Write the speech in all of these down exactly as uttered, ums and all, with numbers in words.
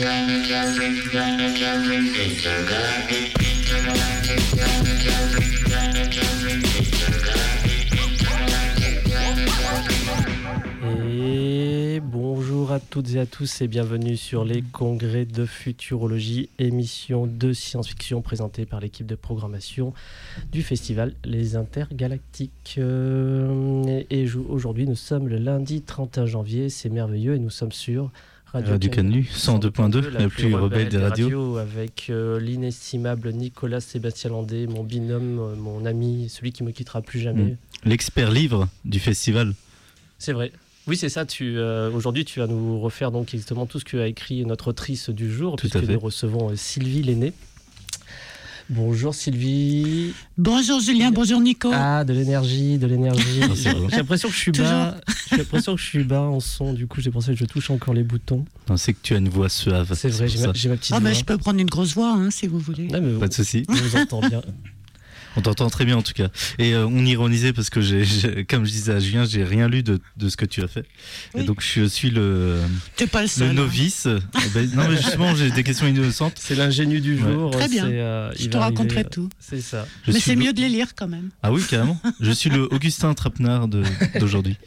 Et bonjour à toutes et à tous et bienvenue sur les congrès de futurologie, émission de science-fiction présentée par l'équipe de programmation du festival Les Intergalactiques. Euh, et, et aujourd'hui, nous sommes le lundi trente et un janvier, c'est merveilleux et nous sommes sur Radio, Radio Canu, cent deux point deux, la, la plus rebelle des radios. radios avec euh, l'inestimable Nicolas Sébastien Landé, mon binôme, euh, mon ami, celui qui me quittera plus jamais. Mmh. L'expert livre du festival. C'est vrai. Oui, c'est ça. Tu, euh, aujourd'hui, tu vas nous refaire donc exactement tout ce qu'a écrit notre autrice du jour, tout puisque nous recevons euh, Sylvie Lenné. Bonjour Sylvie. Bonjour Julien, bonjour Nico. Ah, de l'énergie, de l'énergie. Oh, j'ai, j'ai l'impression que je suis bas. J'ai l'impression que je suis bas en son. Du coup, j'ai pensé que je touche encore les boutons. Non, c'est que tu as une voix suave. C'est vrai, j'ai ma, j'ai ma petite ah, voix. Ah, mais je peux prendre une grosse voix, hein, si vous voulez. Non, mais pas de souci. On vous entend bien. On t'entend très bien en tout cas. Et euh, on ironisait parce que, j'ai, j'ai, comme je disais à Julien, j'ai rien lu de, de ce que tu as fait. Oui. Et donc je suis le, T'es pas le, seul, le novice. Hein. Ben, non mais justement, j'ai des questions innocentes. C'est l'ingénu du jour. Ouais. Très bien. C'est, euh, je te raconterai arriver, tout. C'est ça. Je mais c'est le... mieux de les lire quand même. Ah oui, carrément. Je suis le Augustin Trapenard de, d'aujourd'hui.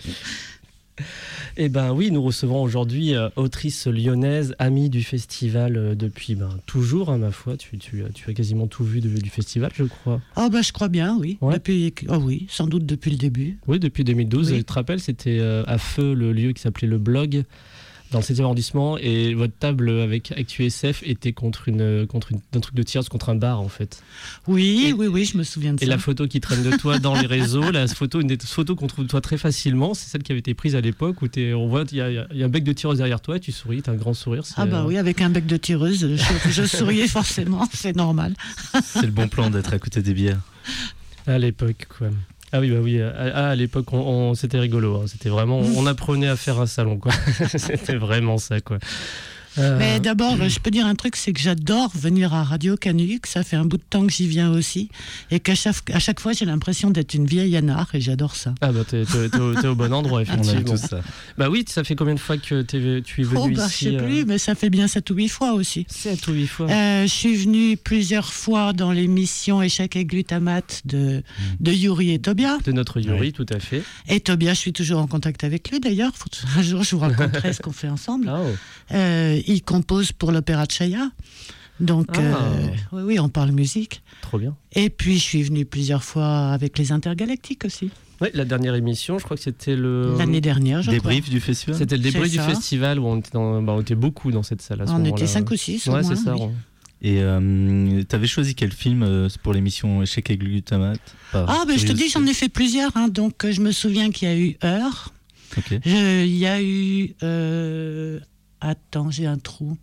Eh ben oui, nous recevons aujourd'hui euh, autrice lyonnaise, amie du festival euh, depuis ben, toujours, hein, ma foi. Tu, tu, tu as quasiment tout vu de, du festival, je crois. Ah oh, ben je crois bien, oui. Ouais. Depuis, oh oui, sans doute depuis le début. Oui, depuis deux mille douze. Oui. Je te rappelle, c'était euh, à Feu, le lieu qui s'appelait le Blog, dans le septième arrondissement, et votre table avec ActuSF était contre, une, contre une, un truc de tir, contre un bar en fait. Oui, et, oui, oui, je me souviens de et ça. Et la photo qui traîne de toi dans les réseaux, la photo, une des photos qu'on trouve de toi très facilement, c'est celle qui avait été prise à l'époque où t'es, on voit il y, y, y a un bec de tireuse derrière toi, et tu souris, tu as un grand sourire. Ah bah euh... oui, avec un bec de tireuse, je, je souriais forcément, c'est normal. C'est le bon plan d'être à côté des bières. À l'époque, quoi. Ah oui, bah oui. À, à l'époque, on, on, c'était rigolo. Hein. C'était vraiment, on apprenait à faire un salon, quoi. C'était vraiment ça, quoi. Euh... Mais d'abord, je peux dire un truc, c'est que j'adore venir à Radio Canu, que ça fait un bout de temps que j'y viens aussi, et qu'à chaque, à chaque fois, j'ai l'impression d'être une vieille anard, et j'adore ça. Ah bah t'es, t'es, t'es, au, t'es au bon endroit, effectivement. On aime tout ça. Bah oui, ça fait combien de fois que t'es, tu es venu oh, bah, ici? Je sais plus, euh... mais ça fait bien sept ou huit fois aussi. sept ou huit fois. Euh, je suis venue plusieurs fois dans l'émission Échec et Glutamate de, de Yuri et Tobia. De notre Yuri, oui. Tout à fait. Et Tobia, je suis toujours en contact avec lui d'ailleurs. Faut, un jour, je vous raconterai ce qu'on fait ensemble. Oh. Euh, il compose pour l'Opéra de Chaya. Donc, ah. euh, oui, oui, on parle musique. Trop bien. Et puis, je suis venue plusieurs fois avec les Intergalactiques aussi. Oui, la dernière émission, je crois que c'était le... L'année dernière, je débrief crois. du festival. C'était le débrief du festival où on était, dans, bah, on était beaucoup dans cette salle à ce on moment-là. On était cinq ou six ouais, au moins, c'est ça. Oui. Ouais. Et euh, tu avais choisi quel film euh, pour l'émission Échec et Glutamate? Ah, ben je te dis, j'en ai fait plusieurs. Hein, donc, euh, je me souviens qu'il y a eu Heure. Okay. Je, il y a eu... Euh, attends, j'ai un trou.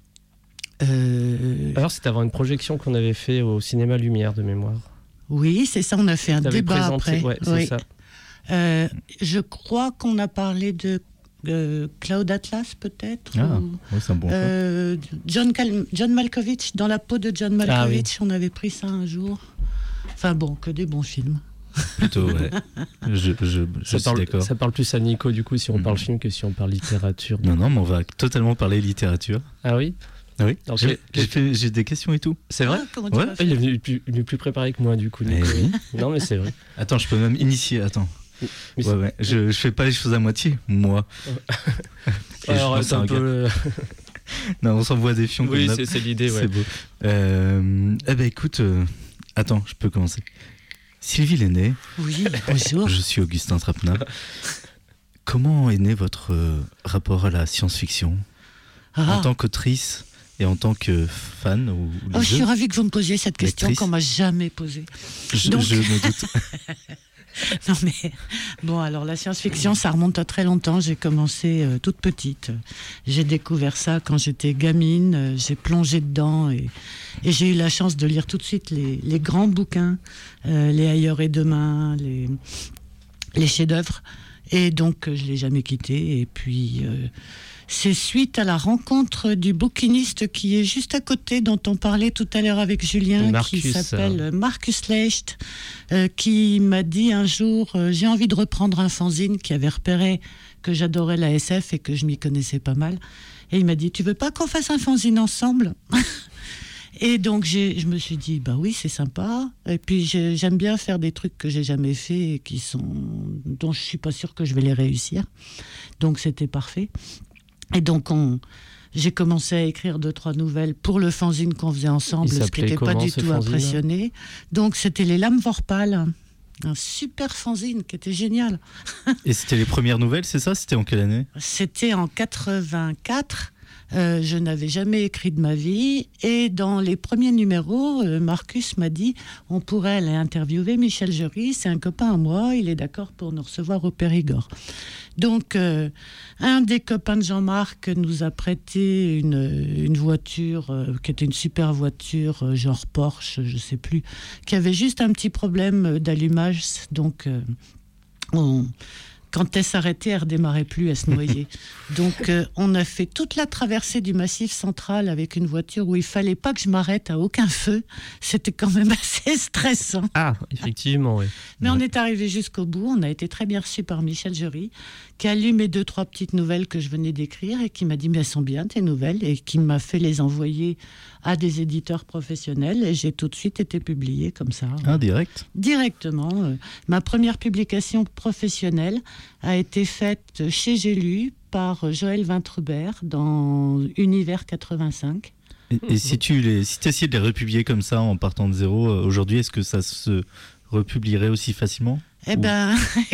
Euh... Alors, c'était avant une projection qu'on avait fait au cinéma Lumière de mémoire. Oui, c'est ça, on a fait un T'avais débat présenté, après. Ouais, c'est oui. ça. Euh, je crois qu'on a parlé de euh, Cloud Atlas, peut-être. Ah, ou, ouais, c'est un bon euh, John, Cal- John Malkovich, dans la peau de John Malkovich, ah, oui. On avait pris ça un jour. Enfin bon, que des bons films. Plutôt, ouais. Je, je, je ça, suis parle, d'accord. ça parle plus à Nico, du coup, si on mmh. parle film que si on parle littérature. Non, non, mais on va totalement parler littérature. Ah oui? Oui, donc, j'ai, j'ai, fait, j'ai des questions et tout. C'est vrai? Ah, ouais. Ah, il est venu plus, venu plus préparé que moi, du coup. Mais oui. Non, mais c'est vrai. Attends, je peux même initier, attends. Mais ouais, ouais. Je, je fais pas les choses à moitié, moi. Alors, c'est un peu... Non, on s'envoie des fions. Oui, comme c'est, c'est l'idée, ouais. C'est beau. Euh, eh ben, écoute, euh, attends, je peux commencer. Sylvie Lenné. Oui, bonjour. Je suis Augustin Trapenard. Comment est né votre euh, rapport à la science-fiction ah. en tant qu'autrice et en tant que fan ou, ou oh, je suis ravie que vous me posiez cette question Lectrice. Qu'on m'a jamais posée. Je, Donc... je me doute. Non mais bon, alors la science-fiction, ça remonte à très longtemps. J'ai commencé euh, toute petite. J'ai découvert ça quand j'étais gamine. Euh, j'ai plongé dedans et, et j'ai eu la chance de lire tout de suite les, les grands bouquins, euh, les Ailleurs et Demain, les, les chefs-d'œuvre. Et donc, je ne l'ai jamais quitté. Et puis, euh, c'est suite à la rencontre du bouquiniste qui est juste à côté, dont on parlait tout à l'heure avec Julien, Marcus, qui s'appelle Marcus Leicht, euh, qui m'a dit un jour, euh, j'ai envie de reprendre un fanzine, qui avait repéré que j'adorais la S F et que je m'y connaissais pas mal. Et il m'a dit, tu veux pas qu'on fasse un fanzine ensemble ? Et donc, j'ai, je me suis dit, bah oui, c'est sympa. Et puis, j'ai, j'aime bien faire des trucs que j'ai jamais fait et qui sont, dont je suis pas sûre que je vais les réussir. Donc, c'était parfait. Et donc, on, j'ai commencé à écrire deux, trois nouvelles pour le fanzine qu'on faisait ensemble, ce qui n'était pas du tout impressionné. Donc, c'était Les Lames Vorpal, un super fanzine qui était génial. Et c'était les premières nouvelles, c'est ça ? C'était en quelle année ? C'était en quatre-vingt-quatre. Euh, je n'avais jamais écrit de ma vie, et dans les premiers numéros, euh, Marcus m'a dit on pourrait aller interviewer Michel Jury, c'est un copain à moi, il est d'accord pour nous recevoir au Périgord. Donc euh, un des copains de Jean-Marc nous a prêté une, une voiture euh, qui était une super voiture, euh, genre Porsche, je sais plus, qui avait juste un petit problème d'allumage, donc euh, on... Quand elle s'arrêtait, elle redémarrait plus, elle se noyait. Donc, euh, on a fait toute la traversée du Massif central avec une voiture où il fallait pas que je m'arrête à aucun feu. C'était quand même assez stressant. Ah, effectivement, oui. Mais ouais. on est arrivé jusqu'au bout. On a été très bien reçus par Michel Jury, qui a lu mes deux, trois petites nouvelles que je venais d'écrire et qui m'a dit, mais elles sont bien tes nouvelles, et qui m'a fait les envoyer à des éditeurs professionnels, et j'ai tout de suite été publiée comme ça. Ah, direct ? Directement. Euh, ma première publication professionnelle a été faite chez J'ai lu par Joël Vintrebert dans Univers quatre-vingt-cinq. Et, et si tu les, si essayais de les republier comme ça en partant de zéro, euh, aujourd'hui, est-ce que ça se republierait aussi facilement ? Eh ben,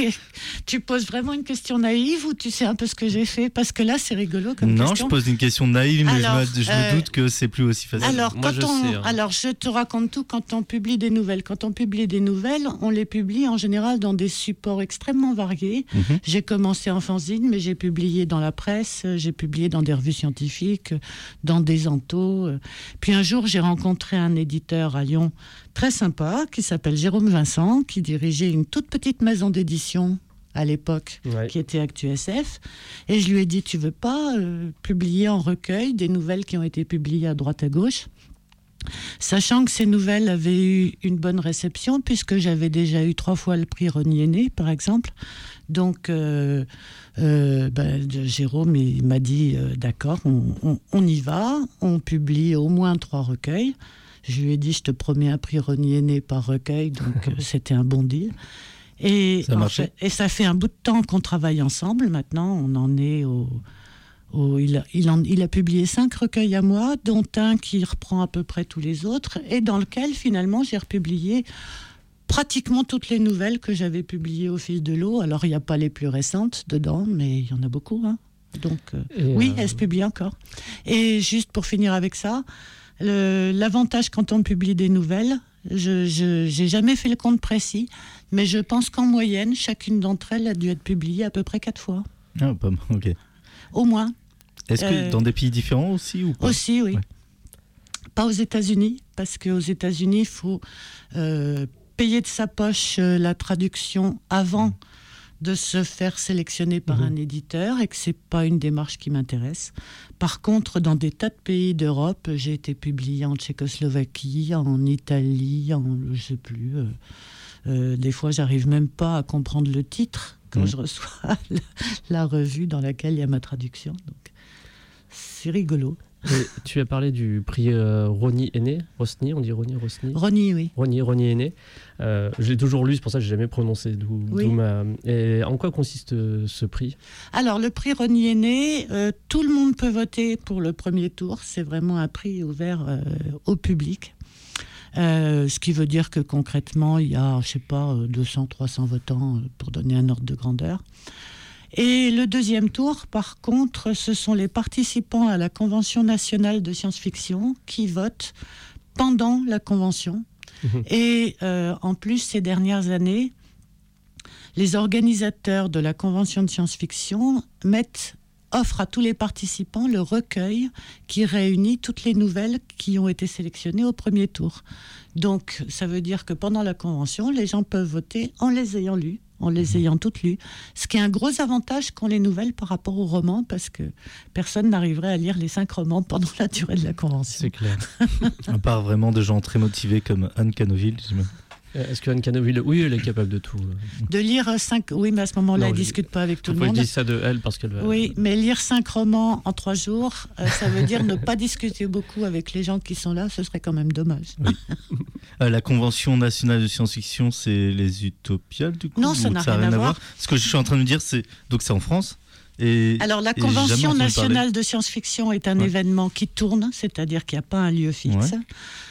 tu poses vraiment une question naïve ou tu sais un peu ce que j'ai fait ? Parce que là, c'est rigolo comme non, question. Non, je pose une question naïve, mais alors, je, me, je euh, me doute que c'est plus aussi facile. Alors, Moi, quand je on, sais, hein. alors, je te raconte tout. Quand on publie des nouvelles, quand on publie des nouvelles, on les publie en général dans des supports extrêmement variés. Mm-hmm. J'ai commencé en fanzine, mais j'ai publié dans la presse, j'ai publié dans des revues scientifiques, dans des entos. Puis un jour, j'ai rencontré un éditeur à Lyon très sympa qui s'appelle Jérôme Vincent, qui dirigeait une toute petite maison d'édition à l'époque, Ouais. qui était Actu S F, et je lui ai dit, tu veux pas euh, publier en recueil des nouvelles qui ont été publiées à droite à gauche, sachant que ces nouvelles avaient eu une bonne réception, puisque j'avais déjà eu trois fois le prix Rosny Aîné, par exemple. Donc euh, euh, ben, Jérôme il m'a dit euh, d'accord, on, on, on y va, on publie au moins trois recueils. Je lui ai dit, je te promets un prix Rosny Aîné par recueil, donc euh, c'était un bon deal. Et ça a marché. Fait, et ça fait un bout de temps qu'on travaille ensemble. Maintenant, on en est au... au il, a, il, en, il a publié cinq recueils à moi, dont un qui reprend à peu près tous les autres, et dans lequel, finalement, j'ai republié pratiquement toutes les nouvelles que j'avais publiées au fil de l'eau. Alors, il n'y a pas les plus récentes dedans, mais il y en a beaucoup. Hein. Donc, euh, oui, euh... elle se publie encore. Et juste pour finir avec ça, le, l'avantage quand on publie des nouvelles, je n'ai jamais fait le compte précis, mais je pense qu'en moyenne, chacune d'entre elles a dû être publiée à peu près quatre fois. Ah, pas mal, ok. Au moins. Est-ce euh, que dans des pays différents aussi ou pas ? Aussi, oui. Ouais. Pas aux États-Unis, parce qu'aux États-Unis, il faut euh, payer de sa poche euh, la traduction avant de se faire sélectionner par mmh. un éditeur, et que c'est pas une démarche qui m'intéresse. Par contre, dans des tas de pays d'Europe, j'ai été publiée en Tchécoslovaquie, en Italie, en je sais plus. Euh, euh, des fois, j'arrive même pas à comprendre le titre quand mmh. je reçois la, la revue dans laquelle il y a ma traduction. Donc, c'est rigolo. Et tu as parlé du prix euh, Rosny Aîné, Rosny, on dit Rosny, Rosny. Rosny, oui. Rosny, Rosny Aîné. Euh, je l'ai toujours lu, c'est pour ça que je n'ai jamais prononcé. D'où, oui. d'où ma... Et en quoi consiste euh, ce prix ? Alors, le prix Rosny Aîné, euh, tout le monde peut voter pour le premier tour. C'est vraiment un prix ouvert euh, au public. Euh, ce qui veut dire que concrètement, il y a, je sais pas, deux cents, trois cents votants pour donner un ordre de grandeur. Et le deuxième tour, par contre, ce sont les participants à la Convention nationale de science-fiction qui votent pendant la convention. Mmh. Et euh, en plus, ces dernières années, les organisateurs de la Convention de science-fiction mettent, offrent à tous les participants le recueil qui réunit toutes les nouvelles qui ont été sélectionnées au premier tour. Donc, ça veut dire que pendant la convention, les gens peuvent voter en les ayant lues en les mmh. ayant toutes lues. Ce qui est un gros avantage qu'ont les nouvelles par rapport aux romans, parce que personne n'arriverait à lire les cinq romans pendant la durée de la convention. C'est clair. À part vraiment de gens très motivés comme Anne Canoville, je me... Est-ce que Anne Canoville, oui, elle est capable de tout. De lire cinq, oui, mais à ce moment-là, non, elle ne discute pas avec tout le monde. Je dis ça de elle parce qu'elle va... Oui, mais lire cinq romans en trois jours, euh, ça veut dire ne pas discuter beaucoup avec les gens qui sont là, ce serait quand même dommage. Oui. euh, la Convention nationale de science-fiction, c'est les Utopiales, du coup? Non, ça n'a rien, rien à voir. voir. Ce que je suis en train de me dire, c'est donc c'est en France. Et, Alors la Convention nationale de science-fiction est un ouais. événement qui tourne, c'est-à-dire qu'il n'y a pas un lieu fixe. Ouais.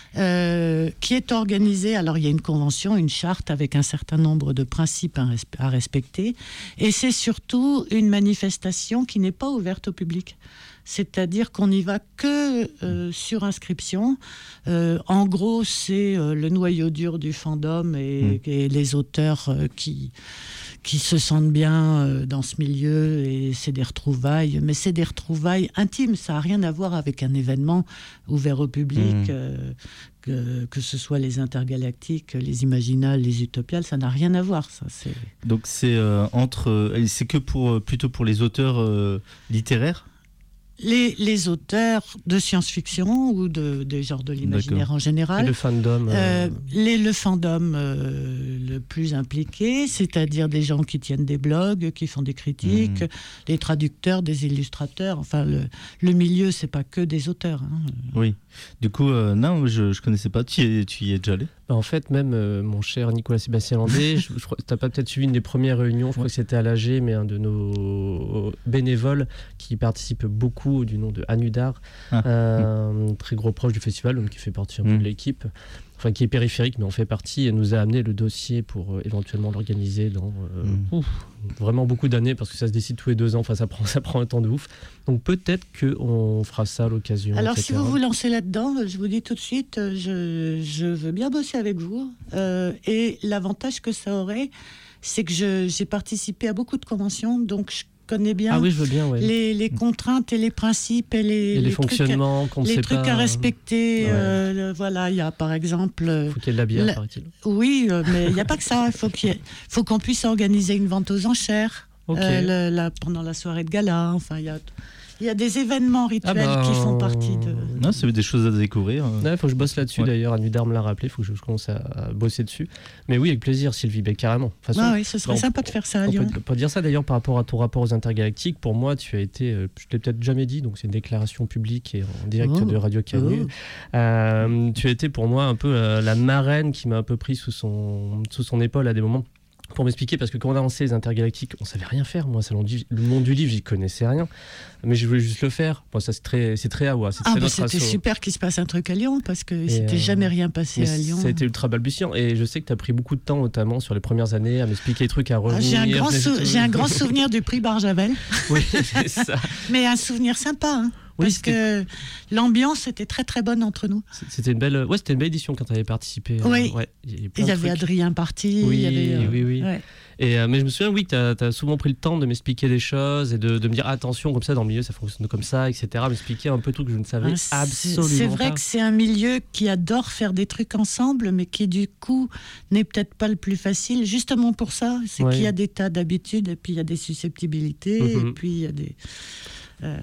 Euh, qui est organisé, alors il y a une convention, une charte avec un certain nombre de principes à, respe- à respecter, et c'est surtout une manifestation qui n'est pas ouverte au public. C'est-à-dire qu'on n'y va que euh, sur inscription. Euh, en gros, c'est euh, le noyau dur du fandom et, mmh. et les auteurs euh, qui, qui se sentent bien euh, dans ce milieu, et c'est des retrouvailles. Mais c'est des retrouvailles intimes, ça n'a rien à voir avec un événement ouvert au public, mmh. euh, que, que ce soit les intergalactiques, les imaginales, les utopiales, ça n'a rien à voir. Ça, c'est... Donc c'est, euh, entre, c'est que pour, plutôt pour les auteurs euh, littéraires ? Les, les auteurs de science-fiction ou de, des genres de l'imaginaire D'accord. en général. Et le fandom. Euh... Euh, les, le fandom euh, le plus impliqué, c'est-à-dire des gens qui tiennent des blogs, qui font des critiques, mmh. les traducteurs, des illustrateurs. Enfin, le, le milieu, c'est pas que des auteurs. Hein. Oui. Du coup, euh, non, je ne connaissais pas. Tu y es, tu y es déjà allé ? En fait, même euh, mon cher Nicolas Sébastien Landé, je, je, tu n'as pas peut-être suivi une des premières réunions, je crois ouais. que c'était à l'A G, mais un de nos bénévoles qui participe beaucoup, du nom de Anudar, ah. euh, mmh. très gros proche du festival, donc qui fait partie un peu mmh. de l'équipe, enfin qui est périphérique, mais on fait partie, et nous a amené le dossier pour euh, éventuellement l'organiser dans euh, mmh. ouf, vraiment beaucoup d'années, parce que ça se décide tous les deux ans, enfin ça prend, ça prend un temps de ouf. Donc peut-être qu'on fera ça à l'occasion. Alors et cetera. Si vous vous lancez là-dedans, je vous dis tout de suite, je, je veux bien bosser avec vous. Euh, et l'avantage que ça aurait, c'est que je, j'ai participé à beaucoup de conventions, donc je connais bien, ah oui, je veux bien ouais. les, les contraintes et les principes et les, et les, les fonctionnements trucs, qu'on ne les sait trucs pas. à respecter. Ouais. Euh, voilà, il y a par exemple... Il faut qu'il y ait de la bière, la... paraît-il. Oui, euh, mais il n'y a pas que ça. Il faut, qu'il y ait... faut qu'on puisse organiser une vente aux enchères okay. euh, le, la, pendant la soirée de gala. Enfin, il y a... Il y a des événements rituels ah bah, qui font partie de... Non, c'est des choses à découvrir. Il ouais, faut que je bosse là-dessus ouais. d'ailleurs. Anudar me l'a rappelé, il faut que je, je commence à bosser dessus. Mais oui, avec plaisir, Sylvie, ben, carrément. De toute façon, ah oui, ce serait bon, sympa de faire ça à Lyon. On peut, on peut dire ça d'ailleurs par rapport à ton rapport aux intergalactiques. Pour moi, tu as été, euh, je ne l'ai peut-être jamais dit, donc c'est une déclaration publique et en direct oh. de Radio Canu. Oh. Euh, tu as été pour moi un peu euh, la marraine qui m'a un peu pris sous son, sous son épaule à des moments. Pour m'expliquer, parce que quand on a lancé les intergalactiques, on savait rien faire. Moi, ça, le monde du livre, j'y connaissais rien. Mais je voulais juste le faire. Bon, ça, c'est très, c'est très Awa. C'est ah, très bah, notre c'était assaut. Super qu'il se passe un truc à Lyon, parce que c'était euh, jamais rien passé à Lyon. Ça a été ultra balbutiant. Et je sais que tu as pris beaucoup de temps, notamment sur les premières années, à m'expliquer les trucs, à revenir. Ah, j'ai, un grand sou- j'ai un grand souvenir du prix Barjavel. Oui, c'est ça. Mais un souvenir sympa, hein. Oui, parce c'était... que l'ambiance était très très bonne entre nous. C'était une belle, ouais, c'était une belle édition quand tu avais participé. Oui. Euh, ouais, il y, il y avait Adrien Parti. Oui, il y avait, euh, oui, oui. Ouais. Et euh, mais je me souviens, oui, que tu as souvent pris le temps de m'expliquer des choses et de, de me dire attention, comme ça, dans le milieu, ça fonctionne comme ça, et cetera. M'expliquer un peu tout que je ne savais ah, absolument c'est, c'est vrai pas. que c'est un milieu qui adore faire des trucs ensemble, mais qui, du coup, n'est peut-être pas le plus facile. Justement pour ça, c'est ouais. qu'il y a des tas d'habitudes, et puis il y a des susceptibilités, mm-hmm. et puis il y a des. Euh,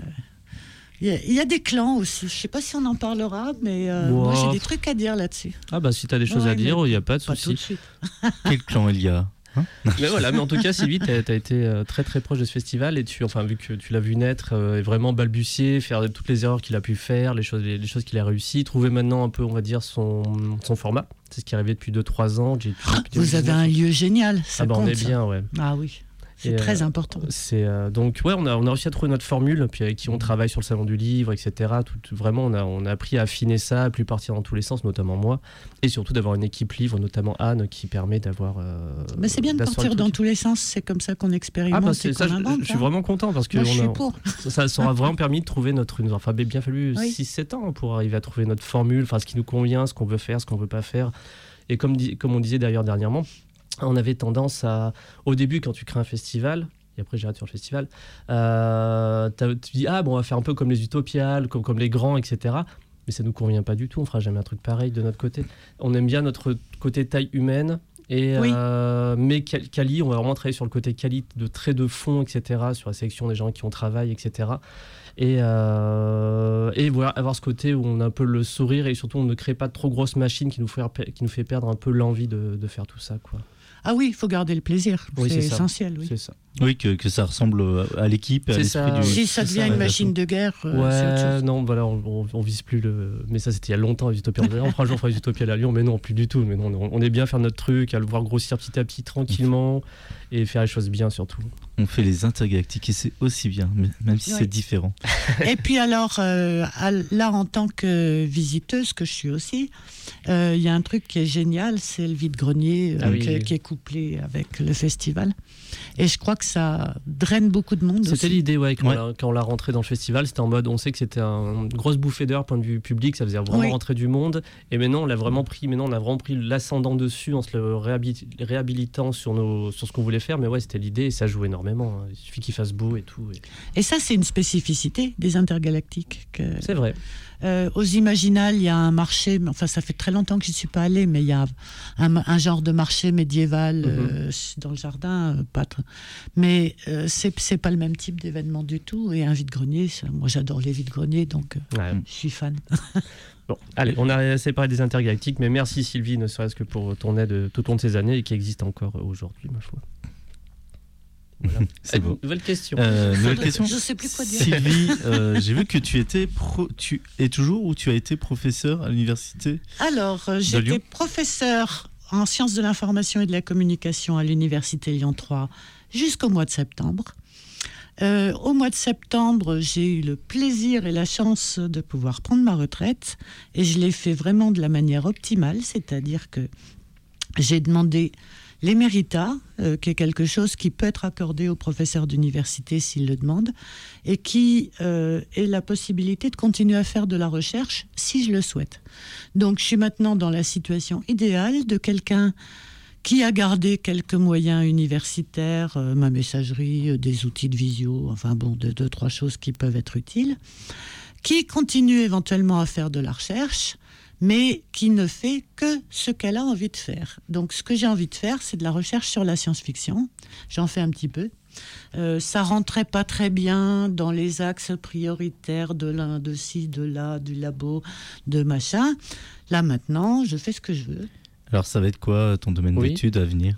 Il y, a, il y a des clans aussi. Je ne sais pas si on en parlera, mais euh, wow. moi j'ai des trucs à dire là-dessus. Ah bah si tu as des choses ouais, à dire, il n'y a pas de souci. Quel clan il y a hein mais voilà, mais en tout cas, Sylvie, tu as été très très proche de ce festival, et tu, enfin, vu que tu l'as vu naître, euh, et vraiment balbutier, faire toutes les erreurs qu'il a pu faire, les choses, les, les choses qu'il a réussi, trouver maintenant un peu, on va dire, son, son format. C'est ce qui est arrivé depuis deux trois ans. J'ai, oh, vous avez un lieu génial, ça ah bah, compte, on est ça. bien, ouais. Ah oui. C'est et très euh, important. C'est, euh, donc, ouais, on a, on a réussi à trouver notre formule, puis avec qui on travaille sur le salon du livre, et cetera. Tout, tout, vraiment, on a, on a appris à affiner ça, à plus partir dans tous les sens, notamment moi, et surtout d'avoir une équipe livre, notamment Anne, qui permet d'avoir. Euh, Mais c'est bien de partir dans tous les sens, c'est comme ça qu'on expérimente. Ah bah c'est et ça, qu'on je, invente, je suis hein. vraiment content parce que moi, on je suis a, pour. ça, ça aura vraiment permis de trouver notre. Il nous a bien fallu oui. six sept ans pour arriver à trouver notre formule, enfin ce qui nous convient, ce qu'on veut faire, ce qu'on veut pas faire. Et comme, comme on disait d'ailleurs dernièrement, on avait tendance à. Au début, quand tu crées un festival. Et après j'ai raté sur le festival, euh, tu dis ah bon on va faire un peu comme les utopiales, comme, comme les grands, et cetera. Mais ça nous convient pas du tout, on fera jamais un truc pareil de notre côté. On aime bien notre côté taille humaine Et, Oui. euh, mais quali, on va vraiment travailler sur le côté quali de trait de fond, et cetera, sur la sélection des gens qui ont travaillé, et cetera. Et, euh, et voilà, avoir ce côté où on a un peu le sourire et surtout on ne crée pas de trop grosses machines qui nous fait, qui nous fait perdre un peu l'envie de, de faire tout ça, quoi. Ah oui, il faut garder le plaisir, Oui, c'est, c'est ça. essentiel. Oui, C'est ça. Oui, que, que ça ressemble à l'équipe, à C'est l'esprit ça. du... Si ça c'est devient ça, une ouais, machine de guerre, euh, c'est autre Ouais, chose. non, voilà, on, on, on vise plus le. Mais ça, c'était il y a longtemps, les utopies. On fera un jour, on fera les utopies à Lyon, mais non, plus du tout. Mais non, on, on est bien à faire notre truc, à le voir grossir petit à petit, tranquillement, et faire les choses bien surtout. On fait les intergalactiques et c'est aussi bien, même si Oui. c'est différent. Et puis alors, euh, à- là, en tant que visiteuse, que je suis aussi, il euh, y a un truc qui est génial, c'est le vide-grenier euh, Ah oui. qui, qui est couplé avec le festival. Et je crois que ça draine beaucoup de monde C'était aussi. l'idée, ouais, quand, Ouais. On l'a, quand on l'a rentré dans le festival, c'était en mode, on sait que c'était un- une grosse bouffée d'air, point de vue public, ça faisait vraiment Oui. rentrer du monde. Et maintenant, on l'a vraiment pris, maintenant, on a vraiment pris l'ascendant dessus en se le réhabi- réhabilitant sur, nos, sur ce qu'on voulait faire. Mais ouais, c'était l'idée et ça joue énormément. Hein. Il suffit qu'il fasse beau et tout. Et... Et ça, c'est une spécificité des intergalactiques. Que, C'est vrai. euh, aux Imaginales, il y a un marché, mais enfin, ça fait très longtemps que je n'y suis pas allée, mais il y a un, un genre de marché médiéval euh, Mm-hmm. dans le jardin. Euh, pas trop. Mais euh, c'est, c'est pas le même type d'événement du tout. Et un vide-grenier, ça, moi j'adore les vide-greniers, donc euh, Ouais. je suis fan. Bon, allez, on a assez parlé des intergalactiques, mais merci Sylvie, ne serait-ce que pour ton aide tout au long de ces années et qui existe encore aujourd'hui, ma foi. Voilà. C'est beau. Nouvelle question. Euh, nouvelle question. Je sais plus quoi dire. Sylvie, euh, j'ai vu que tu étais pro, tu es toujours ou tu as été professeur à l'université. Alors, euh, Lyon. j'étais professeur en sciences de l'information et de la communication à l'université Lyon trois jusqu'au mois de septembre. Euh, au mois de septembre, j'ai eu le plaisir et la chance de pouvoir prendre ma retraite et je l'ai fait vraiment de la manière optimale, c'est-à-dire que j'ai demandé l'éméritat, euh, qui est quelque chose qui peut être accordé aux professeurs d'université s'ils le demandent, et qui euh, est la possibilité de continuer à faire de la recherche si je le souhaite. Donc je suis maintenant dans la situation idéale de quelqu'un qui a gardé quelques moyens universitaires, euh, ma messagerie, euh, des outils de visio, enfin bon, deux, deux, trois choses qui peuvent être utiles, qui continue éventuellement à faire de la recherche, mais qui ne fait que ce qu'elle a envie de faire. Donc ce que j'ai envie de faire, c'est de la recherche sur la science-fiction. J'en fais un petit peu. Euh, ça rentrait pas très bien dans les axes prioritaires de l'un, de ci, de là, du labo, de machin. Là maintenant, je fais ce que je veux. Alors ça va être quoi ton domaine Oui. d'études à venir?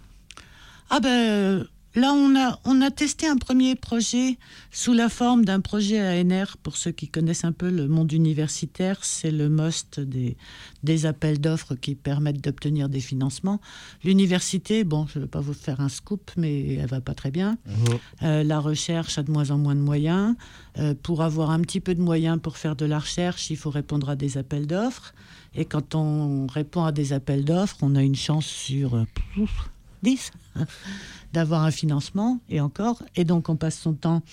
Ah ben euh, là on a on a testé un premier projet sous la forme d'un projet A N R. Pour ceux qui connaissent un peu le monde universitaire, c'est le MOST des des appels d'offres qui permettent d'obtenir des financements. L'université, bon, je ne vais pas vous faire un scoop, mais elle va pas très bien. Mmh. Euh, la recherche a de moins en moins de moyens. Euh, pour avoir un petit peu de moyens pour faire de la recherche, il faut répondre à des appels d'offres. Et quand on répond à des appels d'offres, on a une chance sur euh, pouf, dix d'avoir un financement, et encore. Et donc, on passe son temps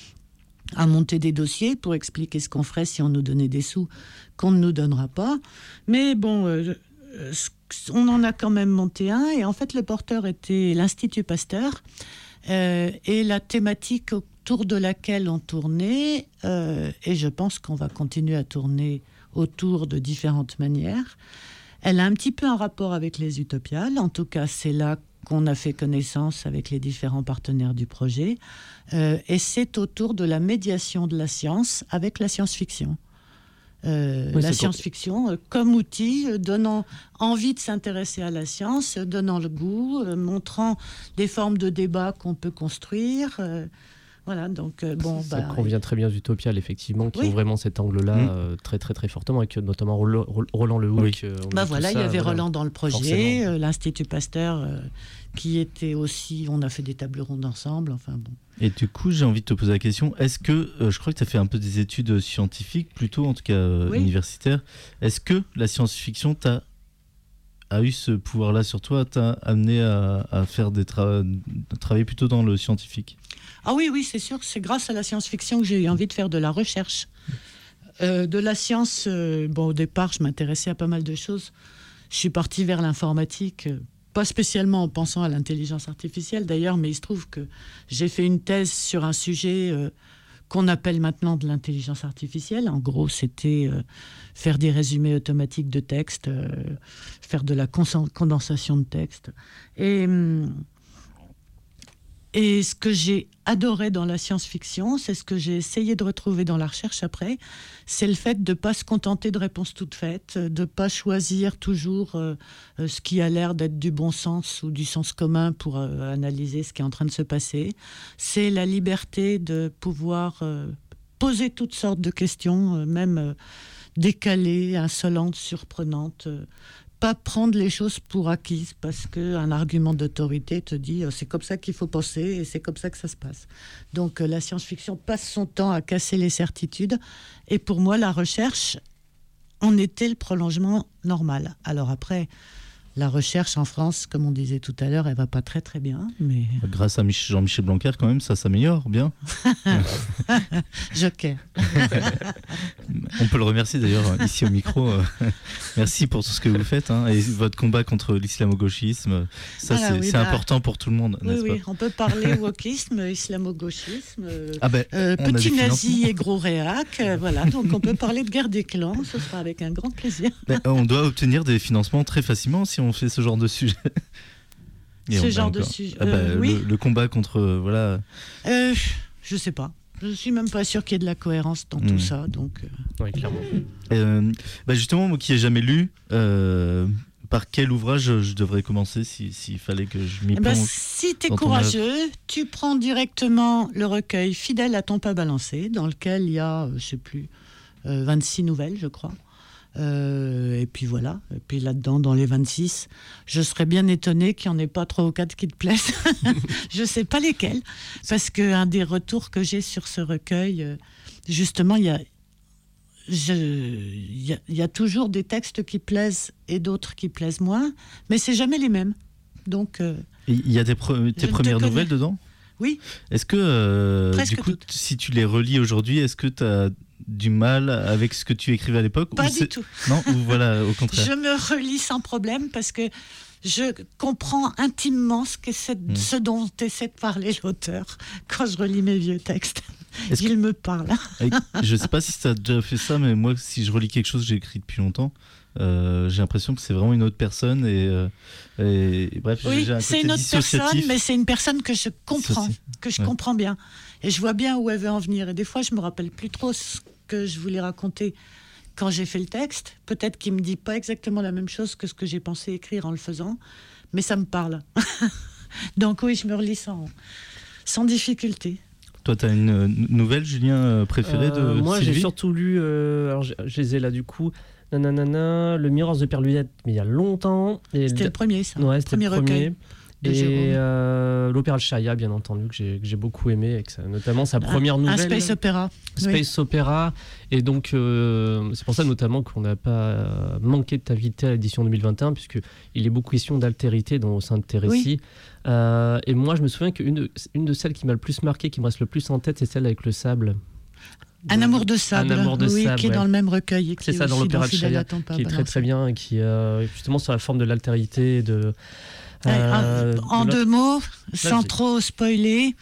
à monter des dossiers pour expliquer ce qu'on ferait si on nous donnait des sous qu'on ne nous donnera pas. Mais bon, euh, euh, on en a quand même monté un. Et en fait, le porteur était l'Institut Pasteur. Euh, et la thématique autour de laquelle on tournait, euh, et je pense qu'on va continuer à tourner autour de différentes manières, elle a un petit peu un rapport avec les utopiales. En tout cas, c'est là qu'on a fait connaissance avec les différents partenaires du projet. Euh, et c'est autour de la médiation de la science avec la science-fiction. Euh, Oui, la c'est science-fiction euh, comme outil, euh, donnant envie de s'intéresser à la science, euh, donnant le goût, euh, montrant des formes de débat qu'on peut construire. euh, voilà, donc euh, bon, Ça bah, convient très bien aux utopiales, effectivement, qui Oui. ont vraiment cet angle-là Mmh. euh, très très très fortement, avec euh, notamment Roland, Roland Lehoucq. Oui. euh, on bah dit voilà, tout il y ça, avait voilà. Roland dans le projet, Forcément. euh, l'Institut Pasteur, euh, qui était aussi, on a fait des tables rondes ensemble, enfin bon. Et du coup, j'ai envie de te poser la question, est-ce que, euh, je crois que tu as fait un peu des études scientifiques, plutôt en tout cas euh, Oui. universitaires, est-ce que la science-fiction t'a a eu ce pouvoir-là sur toi, t'a amené à, à faire des tra- travailler plutôt dans le scientifique? Ah oui, oui, c'est sûr, c'est grâce à la science-fiction que j'ai eu envie de faire de la recherche. Euh, de la science, euh, bon, au départ, je m'intéressais à pas mal de choses. Je suis partie vers l'informatique, euh, pas spécialement en pensant à l'intelligence artificielle d'ailleurs, mais il se trouve que j'ai fait une thèse sur un sujet euh, qu'on appelle maintenant de l'intelligence artificielle. En gros, c'était euh, faire des résumés automatiques de texte, euh, faire de la cons- condensation de texte. Et... Hum, Et ce que j'ai adoré dans la science-fiction, c'est ce que j'ai essayé de retrouver dans la recherche après, c'est le fait de ne pas se contenter de réponses toutes faites, de ne pas choisir toujours euh, ce qui a l'air d'être du bon sens ou du sens commun pour euh, analyser ce qui est en train de se passer. C'est la liberté de pouvoir euh, poser toutes sortes de questions, euh, même euh, décalées, insolentes, surprenantes, euh, pas prendre les choses pour acquises parce qu'un argument d'autorité te dit oh, c'est comme ça qu'il faut penser et c'est comme ça que ça se passe. Donc euh, la science-fiction passe son temps à casser les certitudes et pour moi la recherche en était le prolongement normal. Alors après, la recherche en France, comme on disait tout à l'heure, elle va pas très très bien. Mais... Grâce à Mich- Jean-Michel Blanquer, quand même, ça s'améliore bien. Joker. On peut le remercier d'ailleurs ici au micro. Merci pour tout ce que vous faites hein, et votre combat contre l'islamo-gauchisme. Ça, Voilà, c'est, oui, c'est bah, important pour tout le monde, oui, n'est-ce oui, pas? on peut parler wokisme, islamo-gauchisme, euh, Ah ben, euh, on a petit des nazi et gros réac. Euh, voilà, donc on peut parler de guerre des clans. Ce sera avec un grand plaisir. Ben, on doit obtenir des financements très facilement si on fait ce genre de sujet. Et Ce on a genre de encore- sujet. Ah ben, euh, oui. le, le combat contre euh, voilà. Euh, je sais pas. Je suis même pas sûr qu'il y ait de la cohérence dans Mm. tout ça. Donc, euh, Oui, clairement. Euh, ben justement, moi qui ai jamais lu, euh, par quel ouvrage je, je devrais commencer si- s'il fallait que je m'y eh ben, plonge? si tu es dans ton courageux, tu prends directement le recueil Fidèle à ton pas balancé, dans lequel il y a, euh, je sais plus, euh, vingt-six nouvelles, je crois. Euh, et puis voilà. Et puis là-dedans, dans les vingt-six, je serais bien étonnée qu'il n'y en ait pas trois ou quatre qui te plaisent. Je sais pas lesquels. Parce qu'un des retours que j'ai sur ce recueil, euh, justement, il y a, je- il y, a, il y a toujours des textes qui plaisent et d'autres qui plaisent moins, mais c'est jamais les mêmes. Donc, euh, Et il y a tes, pre- tes Je ne te premières connais. nouvelles dedans? oui, Est-ce que, euh, Presque du coup, toutes. si tu les relis aujourd'hui, est-ce que tu as du mal avec ce que tu écrivais à l'époque? pas ou du c'est- tout. Non, ou voilà, au contraire. Je me relis sans problème parce que je comprends intimement ce, que c'est- Mm. ce dont essaie de parler l'auteur quand je relis mes vieux textes. Est-ce que- Il me parle. Et je sais pas si tu as déjà fait ça, mais moi, si je relis quelque chose que j'ai écrit depuis longtemps, euh, j'ai l'impression que c'est vraiment une autre personne. Et, euh, et- et bref, Oui, j'ai un c'est côté une autre personne, dissociatif. mais c'est une personne que je comprends, Dissoci- que je ouais. comprends bien. Et je vois bien où elle veut en venir. Et des fois, je me rappelle plus trop ce que je voulais raconter quand j'ai fait le texte. Peut-être qu'il me dit pas exactement la même chose que ce que j'ai pensé écrire en le faisant, mais ça me parle. Donc oui, je me relis sans, sans difficulté. Toi, tu as une euh, nouvelle, Julien, euh, préférée Euh, de moi, j'ai Sylvie? surtout lu. euh, alors, je je les ai là du coup. Nanana, le Miroir de Perluette, mais il y a longtemps. Et C'était le premier, ça. Ouais, c'était premier le premier. recueil de Et Jérôme. euh, l'opéra de Chaya, bien entendu, que j'ai, que j'ai beaucoup aimé, et que ça- notamment sa première un, nouvelle. Un space opéra. Space Opera. Et donc, euh, c'est pour ça notamment qu'on n'a pas euh, manqué de t'inviter à l'édition deux mille vingt et un, puisqu'il est beaucoup question d'altérité dans, au sein de tes récits. Euh, et moi, je me souviens qu'une de, une de celles qui m'a le plus marqué, qui me reste le plus en tête, c'est celle avec le sable. Un amour de sable, Un amour de oui, sable, qui est ouais. dans le même recueil. Et qui C'est est ça, dans aussi l'opéra de Fidèle Chaya, à ton pas qui est très balancé. très bien, et qui euh, justement sur la forme de l'altérité. De, Ouais, euh, en de deux mots, c'est- sans trop spoiler,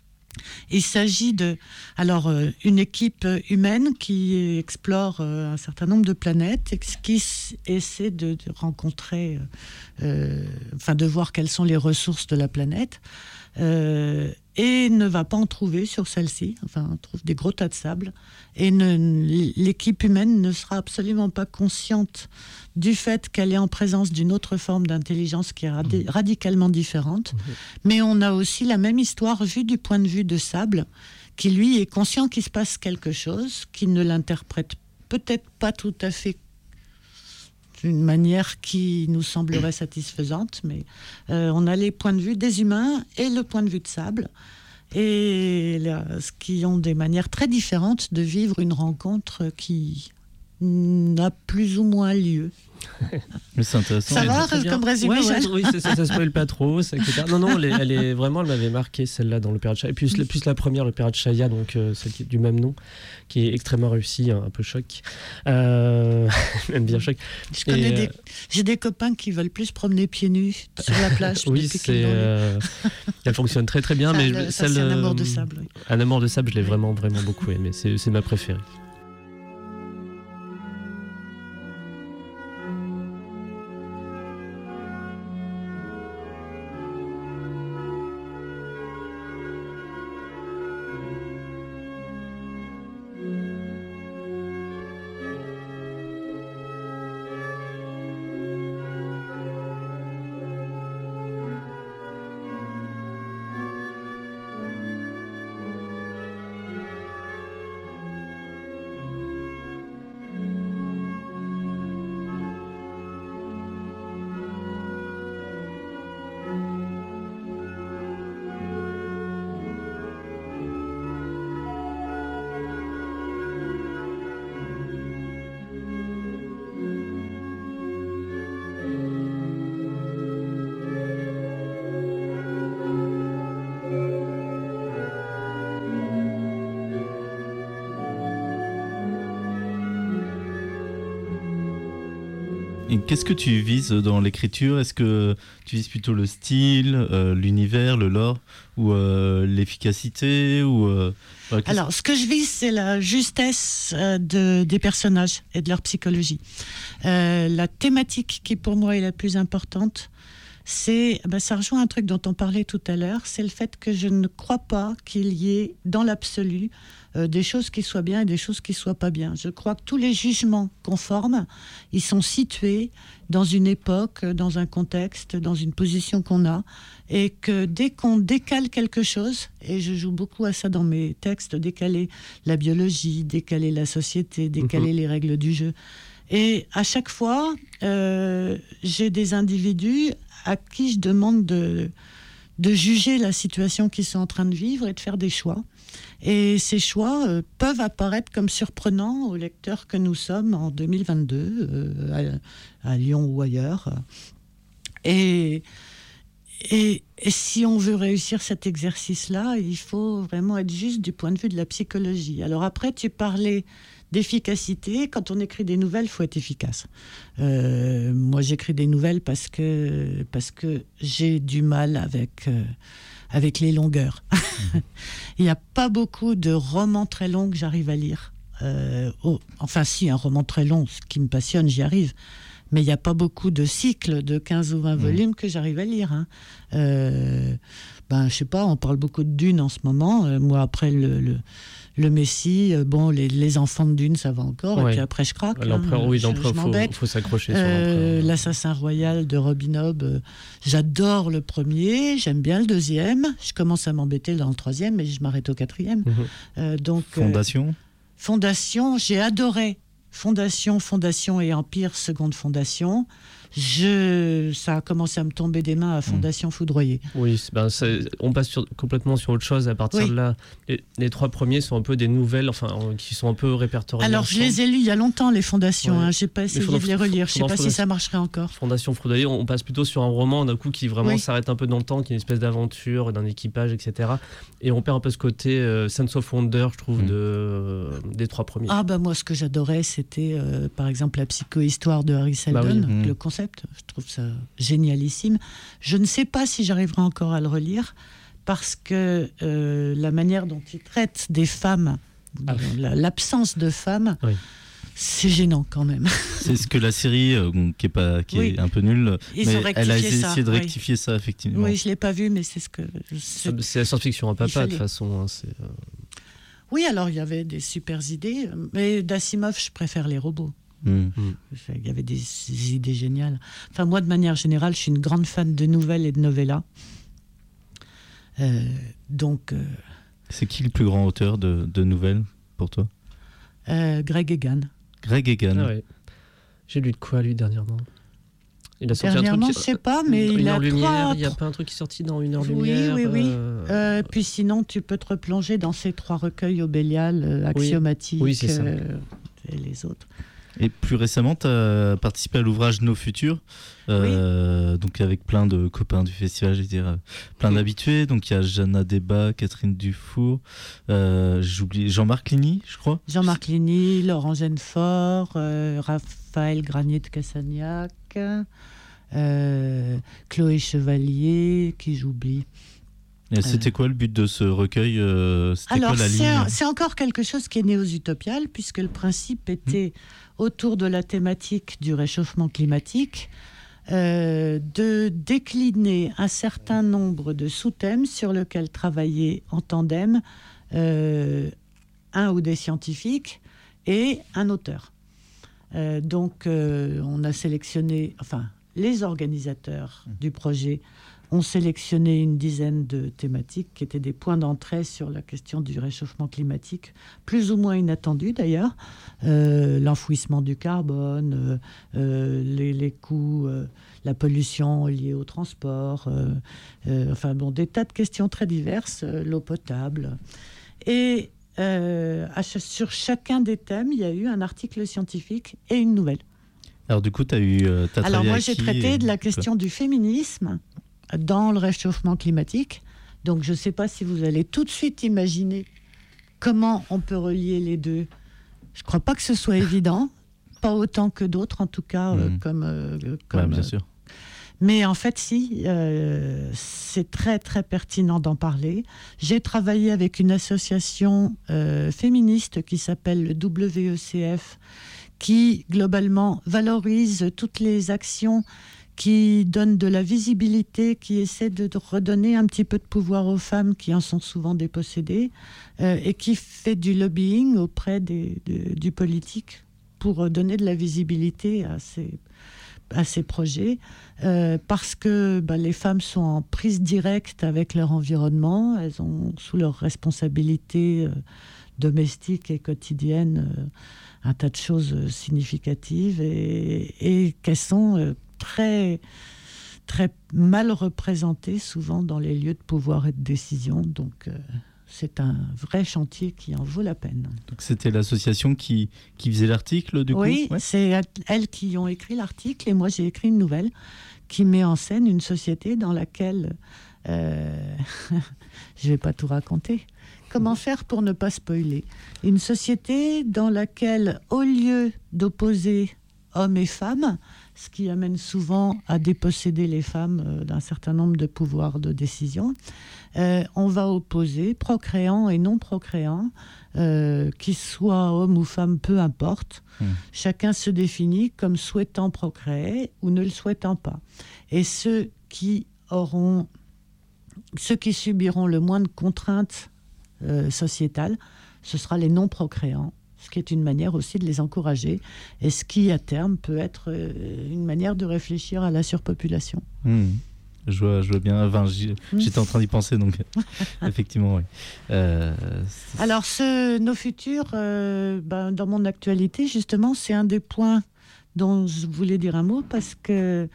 il s'agit de alors euh, une équipe humaine qui explore euh, un certain nombre de planètes et qui s- essaie de, de rencontrer, euh, enfin de voir quelles sont les ressources de la planète. Euh, et ne va pas en trouver sur celle-ci, enfin on trouve des gros tas de sable, et ne- l'équipe humaine ne sera absolument pas consciente du fait qu'elle est en présence d'une autre forme d'intelligence qui est radi- radicalement différente, Mhm. mais on a aussi la même histoire vue du point de vue de Sable, qui lui est conscient qu'il se passe quelque chose, qui ne l'interprète peut-être pas tout à fait d'une manière qui nous semblerait satisfaisante, mais euh, on a les points de vue des humains et le point de vue de Sable, et là, ce qui ont des manières très différentes de vivre une rencontre qui n'a plus ou moins lieu. Mais c'est intéressant. Ça va Très bien. comme résumé, Ouais, ouais, Jeanne oui, ça, ça, ça spoil pas trop, ça, et cetera. Non, non, elle, est, elle est vraiment, elle m'avait marqué celle-là dans l'opéra de Chaïa. Et puis, plus la première, l'opéra de Chaïa, donc euh, celle qui est du même nom, qui est extrêmement réussie, un, un peu choc, euh, même bien choc. Je connais Et, des, euh, j'ai des copains qui veulent plus se promener pieds nus sur la plage. oui, depuis qu'ils c'est, l'ont lu. euh, elle fonctionne très très bien, Ça, mais le- je- ça, celle, c'est un amour de euh, sable. Oui. Un amour de sable, je l'ai Oui. vraiment vraiment beaucoup aimé. C'est, c'est ma préférée. Et qu'est-ce que tu vises dans l'écriture? Est-ce que tu vises plutôt le style, euh, l'univers, le lore, ou euh, l'efficacité ou, euh, voilà, qu'est-ce- Alors, ce que je vise, c'est la justesse euh, de, des personnages et de leur psychologie. Euh, la thématique qui, pour moi, est la plus importante, c'est, ben, ça rejoint un truc dont on parlait tout à l'heure, c'est le fait que je ne crois pas qu'il y ait, dans l'absolu, euh, des choses qui soient bien et des choses qui soient pas bien. Je crois que tous les jugements qu'on forme, ils sont situés dans une époque, dans un contexte, dans une position qu'on a, et que dès qu'on décale quelque chose, et je joue beaucoup à ça dans mes textes, décaler la biologie, décaler la société, décaler les règles du jeu. Et à chaque fois, euh, j'ai des individus à qui je demande de, de juger la situation qu'ils sont en train de vivre et de faire des choix. Et ces choix euh, peuvent apparaître comme surprenants aux lecteurs que nous sommes en deux mille vingt-deux, euh, à, à Lyon ou ailleurs. Et, et, et si on veut réussir cet exercice-là, il faut vraiment être juste du point de vue de la psychologie. Alors après, tu parlais d'efficacité. Quand on écrit des nouvelles, il faut être efficace. Euh, moi, j'écris des nouvelles parce que, parce que j'ai du mal avec, euh, avec les longueurs. Il n'y a pas beaucoup de romans très longs que j'arrive à lire. Euh, oh, enfin, si, un roman très long, ce qui me passionne, j'y arrive. Mais il n'y a pas beaucoup de cycles de quinze ou vingt mmh. volumes que j'arrive à lire. Hein. Euh, ben, je sais pas, on parle beaucoup de Dune en ce moment. Euh, moi, après le... le Le Messie, euh, bon, les, les enfants de Dune, ça va encore. Ouais. Et puis après, je craque. L'empereur, hein, oui, l'empereur, il faut, faut s'accrocher sur euh, L'Assassin Royal de Robin Hobb, euh, j'adore le premier, j'aime bien le deuxième. Je commence à m'embêter dans le troisième, mais je m'arrête au quatrième. Mmh. Euh, donc, Fondation euh, Fondation, j'ai adoré. Fondation, Fondation et Empire, seconde Fondation. Je, ça a commencé à me tomber des mains à Fondation mmh. foudroyée. Oui, ben on passe sur, complètement sur autre chose à partir oui. de là. Les, les trois premiers sont un peu des nouvelles, enfin, qui sont un peu répertoriées. Alors, ensemble. Je les ai lus il y a longtemps, les Fondations. Ouais. Hein, je n'ai pas essayé de les relire. Je ne sais pas Fondation, si ça marcherait encore. Fondation foudroyée, on passe plutôt sur un roman d'un coup qui vraiment oui. s'arrête un peu dans le temps, qui est une espèce d'aventure, d'un équipage, et cetera. Et on perd un peu ce côté euh, sense of wonder, je trouve, mmh. de, euh, des trois premiers. Ah, bah moi, ce que j'adorais, c'était, euh, par exemple, la psychohistoire de Harry Seldon, bah oui. mmh. le concept. Je trouve ça génialissime. Je ne sais pas si j'arriverai encore à le relire parce que euh, la manière dont il traite des femmes, ah, la, l'absence de femmes, oui. c'est gênant quand même. C'est ce que la série, euh, qui est pas, qui oui. est un peu nulle, Ils mais elle a essayé ça, de rectifier oui. ça effectivement. Oui, je l'ai pas vu, mais c'est ce que. C'est, c'est la science-fiction à papa de toute façon. Hein, c'est, euh... Oui, alors il y avait des super idées, mais d'Asimov, je préfère les robots. Mmh. Il y avait des, des idées géniales. Enfin, moi, de manière générale, je suis une grande fan de nouvelles et de novellas. Euh, donc. Euh, C'est qui le plus grand auteur de, de nouvelles pour toi? euh, Greg Egan. Greg Egan. Ah ouais. J'ai lu de quoi lui dernièrement? Il a sorti dernièrement, un truc. Je sais pas, mais une il heure a lumière. trois... Il y a pas un truc qui est sorti dans Une heure oui, lumière. Oui, oui, oui. Euh... Euh, puis sinon, tu peux te replonger dans ces trois recueils au Bélial, euh, Axiomatique, oui. Oui, c'est ça. Euh, et les autres. Et plus récemment, tu as participé à l'ouvrage Nos Futurs, euh, oui. donc avec plein de copains du festival, je veux dire, plein d'habitués. Donc il y a Jeanna Débat, Catherine Dufour, euh, j'oublie Jean-Marc Ligny, je crois. Jean-Marc Ligny, Laurent Genefort, euh, Raphaël Granier de Cassagnac, euh, Chloé Chevalier, qui j'oublie. Et c'était quoi le but de ce recueil euh, Alors, quoi, la c'est, ligne un, c'est encore quelque chose qui est né aux Utopiales, puisque le principe était, mmh. autour de la thématique du réchauffement climatique, euh, de décliner un certain nombre de sous-thèmes sur lesquels travailler en tandem euh, un ou des scientifiques et un auteur. Euh, donc, euh, on a sélectionné, enfin, les organisateurs mmh. du projet ont sélectionné une dizaine de thématiques qui étaient des points d'entrée sur la question du réchauffement climatique, plus ou moins inattendus d'ailleurs. Euh, l'enfouissement du carbone, euh, euh, les, les coûts, euh, la pollution liée au transport, euh, euh, enfin bon, des tas de questions très diverses, euh, l'eau potable. Et euh, à, sur chacun des thèmes, il y a eu un article scientifique et une nouvelle. Alors du coup, tu as eu... Euh, t'as Alors moi, j'ai qui, traité et... de la question du féminisme dans le réchauffement climatique. Donc, je ne sais pas si vous allez tout de suite imaginer comment on peut relier les deux. Je ne crois pas que ce soit évident, pas autant que d'autres, en tout cas, mmh. euh, comme... Euh, comme ouais, bien sûr. Euh, mais en fait, si, euh, c'est très, très pertinent d'en parler. J'ai travaillé avec une association euh, féministe qui s'appelle le W E C F, qui, globalement, valorise toutes les actions qui donne de la visibilité, qui essaie de redonner un petit peu de pouvoir aux femmes qui en sont souvent dépossédées, euh, et qui fait du lobbying auprès des, de, du politique pour donner de la visibilité à ces, à ces projets, euh, parce que bah, les femmes sont en prise directe avec leur environnement, elles ont sous leur responsabilité euh, domestique et quotidienne euh, un tas de choses significatives, et, et qu'elles sont... Euh, très, très mal représentées souvent dans les lieux de pouvoir et de décision. Donc, euh, c'est un vrai chantier qui en vaut la peine. Donc, c'était l'association qui, qui faisait l'article, du coup ? Oui, ouais. C'est elles qui ont écrit l'article, et moi, j'ai écrit une nouvelle qui met en scène une société dans laquelle... Euh, je ne vais pas tout raconter. Comment faire pour ne pas spoiler ? Une société dans laquelle, au lieu d'opposer hommes et femmes, ce qui amène souvent à déposséder les femmes euh, d'un certain nombre de pouvoirs de décision, euh, on va opposer procréants et non procréants, euh, qu'ils soient hommes ou femmes, peu importe. Mmh. Chacun se définit comme souhaitant procréer ou ne le souhaitant pas. Et ceux qui auront, ceux qui subiront le moins de contraintes euh, sociétales, ce sera les non procréants, ce qui est une manière aussi de les encourager, et ce qui, à terme, peut être une manière de réfléchir à la surpopulation. Mmh. Je, vois, je vois bien, enfin, j'y, mmh. j'étais en train d'y penser, donc effectivement, oui. Euh, Alors, ce, nos futurs, euh, ben, dans mon actualité, justement, c'est un des points dont je voulais dire un mot, parce que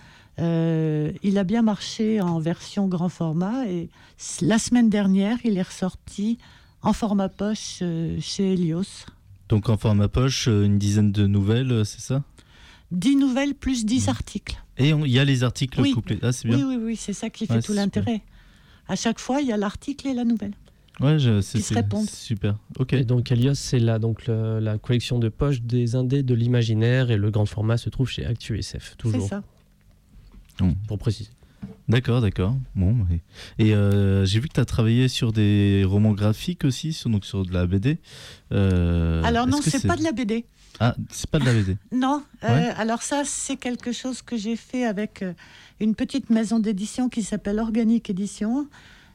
euh, il a bien marché en version grand format, et la semaine dernière, il est ressorti en format poche euh, chez Helios. Donc en format poche, une dizaine de nouvelles, c'est ça ? Dix nouvelles plus dix mmh. articles. Et il y a les articles oui. couplés. Ah, c'est bien. Oui, oui, oui, c'est ça qui fait ouais, tout l'intérêt. Super. À chaque fois, il y a l'article et la nouvelle. Ouais, je, c'est, qui se répondent. Super. Ok. Et donc Helios, c'est là donc le, la collection de poches des indés de l'imaginaire, et le grand format se trouve chez Actu S F, toujours. C'est ça. Mmh. Pour préciser. D'accord, d'accord. Bon, et euh, j'ai vu que tu as travaillé sur des romans graphiques aussi, sur, donc sur de la B D. Euh, alors non, c'est, c'est pas de la B D. Ah, c'est pas de la B D. Non, euh, ouais. alors ça, c'est quelque chose que j'ai fait avec euh, une petite maison d'édition qui s'appelle Organique Édition,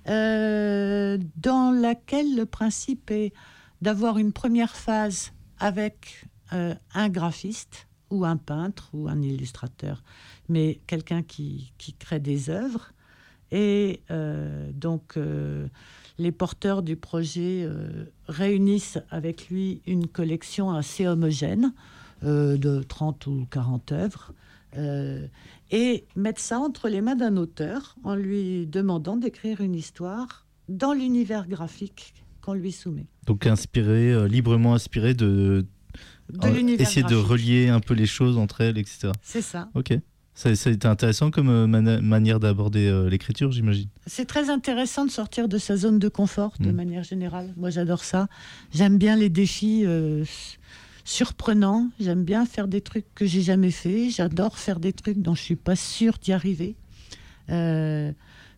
euh, dans laquelle le principe est d'avoir une première phase avec euh, un graphiste ou un peintre ou un illustrateur, mais quelqu'un qui, qui crée des œuvres. Et euh, donc, euh, les porteurs du projet euh, réunissent avec lui une collection assez homogène euh, de trente ou quarante œuvres, euh, et mettent ça entre les mains d'un auteur en lui demandant d'écrire une histoire dans l'univers graphique qu'on lui soumet. Donc inspiré, euh, librement inspiré de... de l'univers essayer graphique. de relier un peu les choses entre elles, et cetera. C'est ça. Ok. Ça, ça a été intéressant comme euh, mani- manière d'aborder euh, l'écriture, j'imagine. C'est très intéressant de sortir de sa zone de confort, de Mm. manière générale. Moi, j'adore ça. J'aime bien les défis euh, surprenants. J'aime bien faire des trucs que j'ai jamais fait. J'adore faire des trucs dont je suis pas sûre d'y arriver. Euh,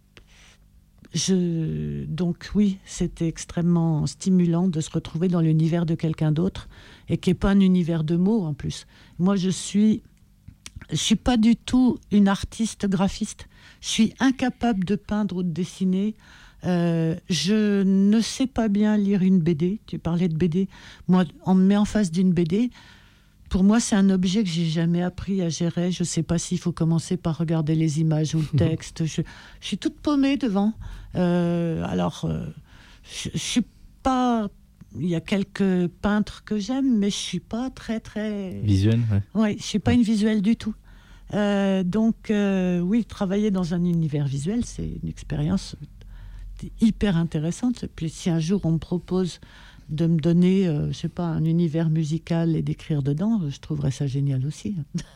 je... Donc oui, c'était extrêmement stimulant de se retrouver dans l'univers de quelqu'un d'autre et qui n'est pas un univers de mots en plus. Moi, je suis, je suis pas du tout une artiste graphiste. Je suis incapable de peindre ou de dessiner. Euh, je ne sais pas bien lire une B D. Tu parlais de B D. Moi, on me met en face d'une B D. Pour moi, c'est un objet que j'ai jamais appris à gérer. Je ne sais pas s'il faut commencer par regarder les images ou le texte. Je, je suis toute paumée devant. Euh, alors, euh, je, je suis pas. Il y a quelques peintres que j'aime, mais je suis pas très très. Visuel, ouais. Ouais, je suis pas une visuelle du tout. Euh, donc, euh, oui, travailler dans un univers visuel, c'est une expérience hyper intéressante. Et puis, si un jour on me propose de me donner, euh, je sais pas, un univers musical et d'écrire dedans, je trouverais ça génial aussi.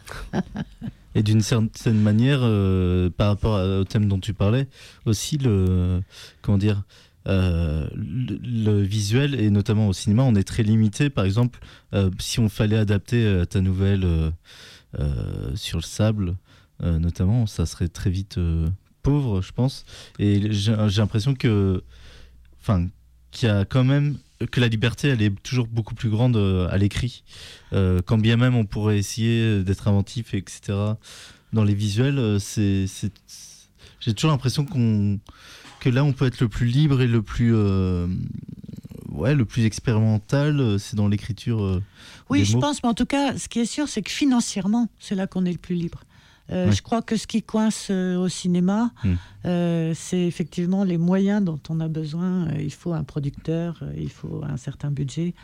Et d'une certaine manière, euh, par rapport à- au thème dont tu parlais, aussi le, comment dire, euh, le, le visuel et notamment au cinéma, on est très limité. Par exemple, euh, si on fallait adapter euh, ta nouvelle euh, euh, sur le sable, euh, notamment, ça serait très vite euh, pauvre, je pense. Et j'ai j'ai l'impression que, enfin, qu'il y a quand même que la liberté, elle est toujours beaucoup plus grande euh, à l'écrit. Euh, quand bien même on pourrait essayer d'être inventif, et cetera. Dans les visuels, euh, c'est, c'est... j'ai toujours l'impression qu'on... que là, on peut être le plus libre et le plus, euh... ouais, le plus expérimental. euh, C'est dans l'écriture. euh, Oui, des je mots. pense, mais en tout cas, ce qui est sûr, c'est que financièrement, c'est là qu'on est le plus libre. Euh, Ouais. Je crois que ce qui coince euh, au cinéma, Mm. euh, c'est effectivement les moyens dont on a besoin. Euh, il faut un producteur, euh, il faut un certain budget.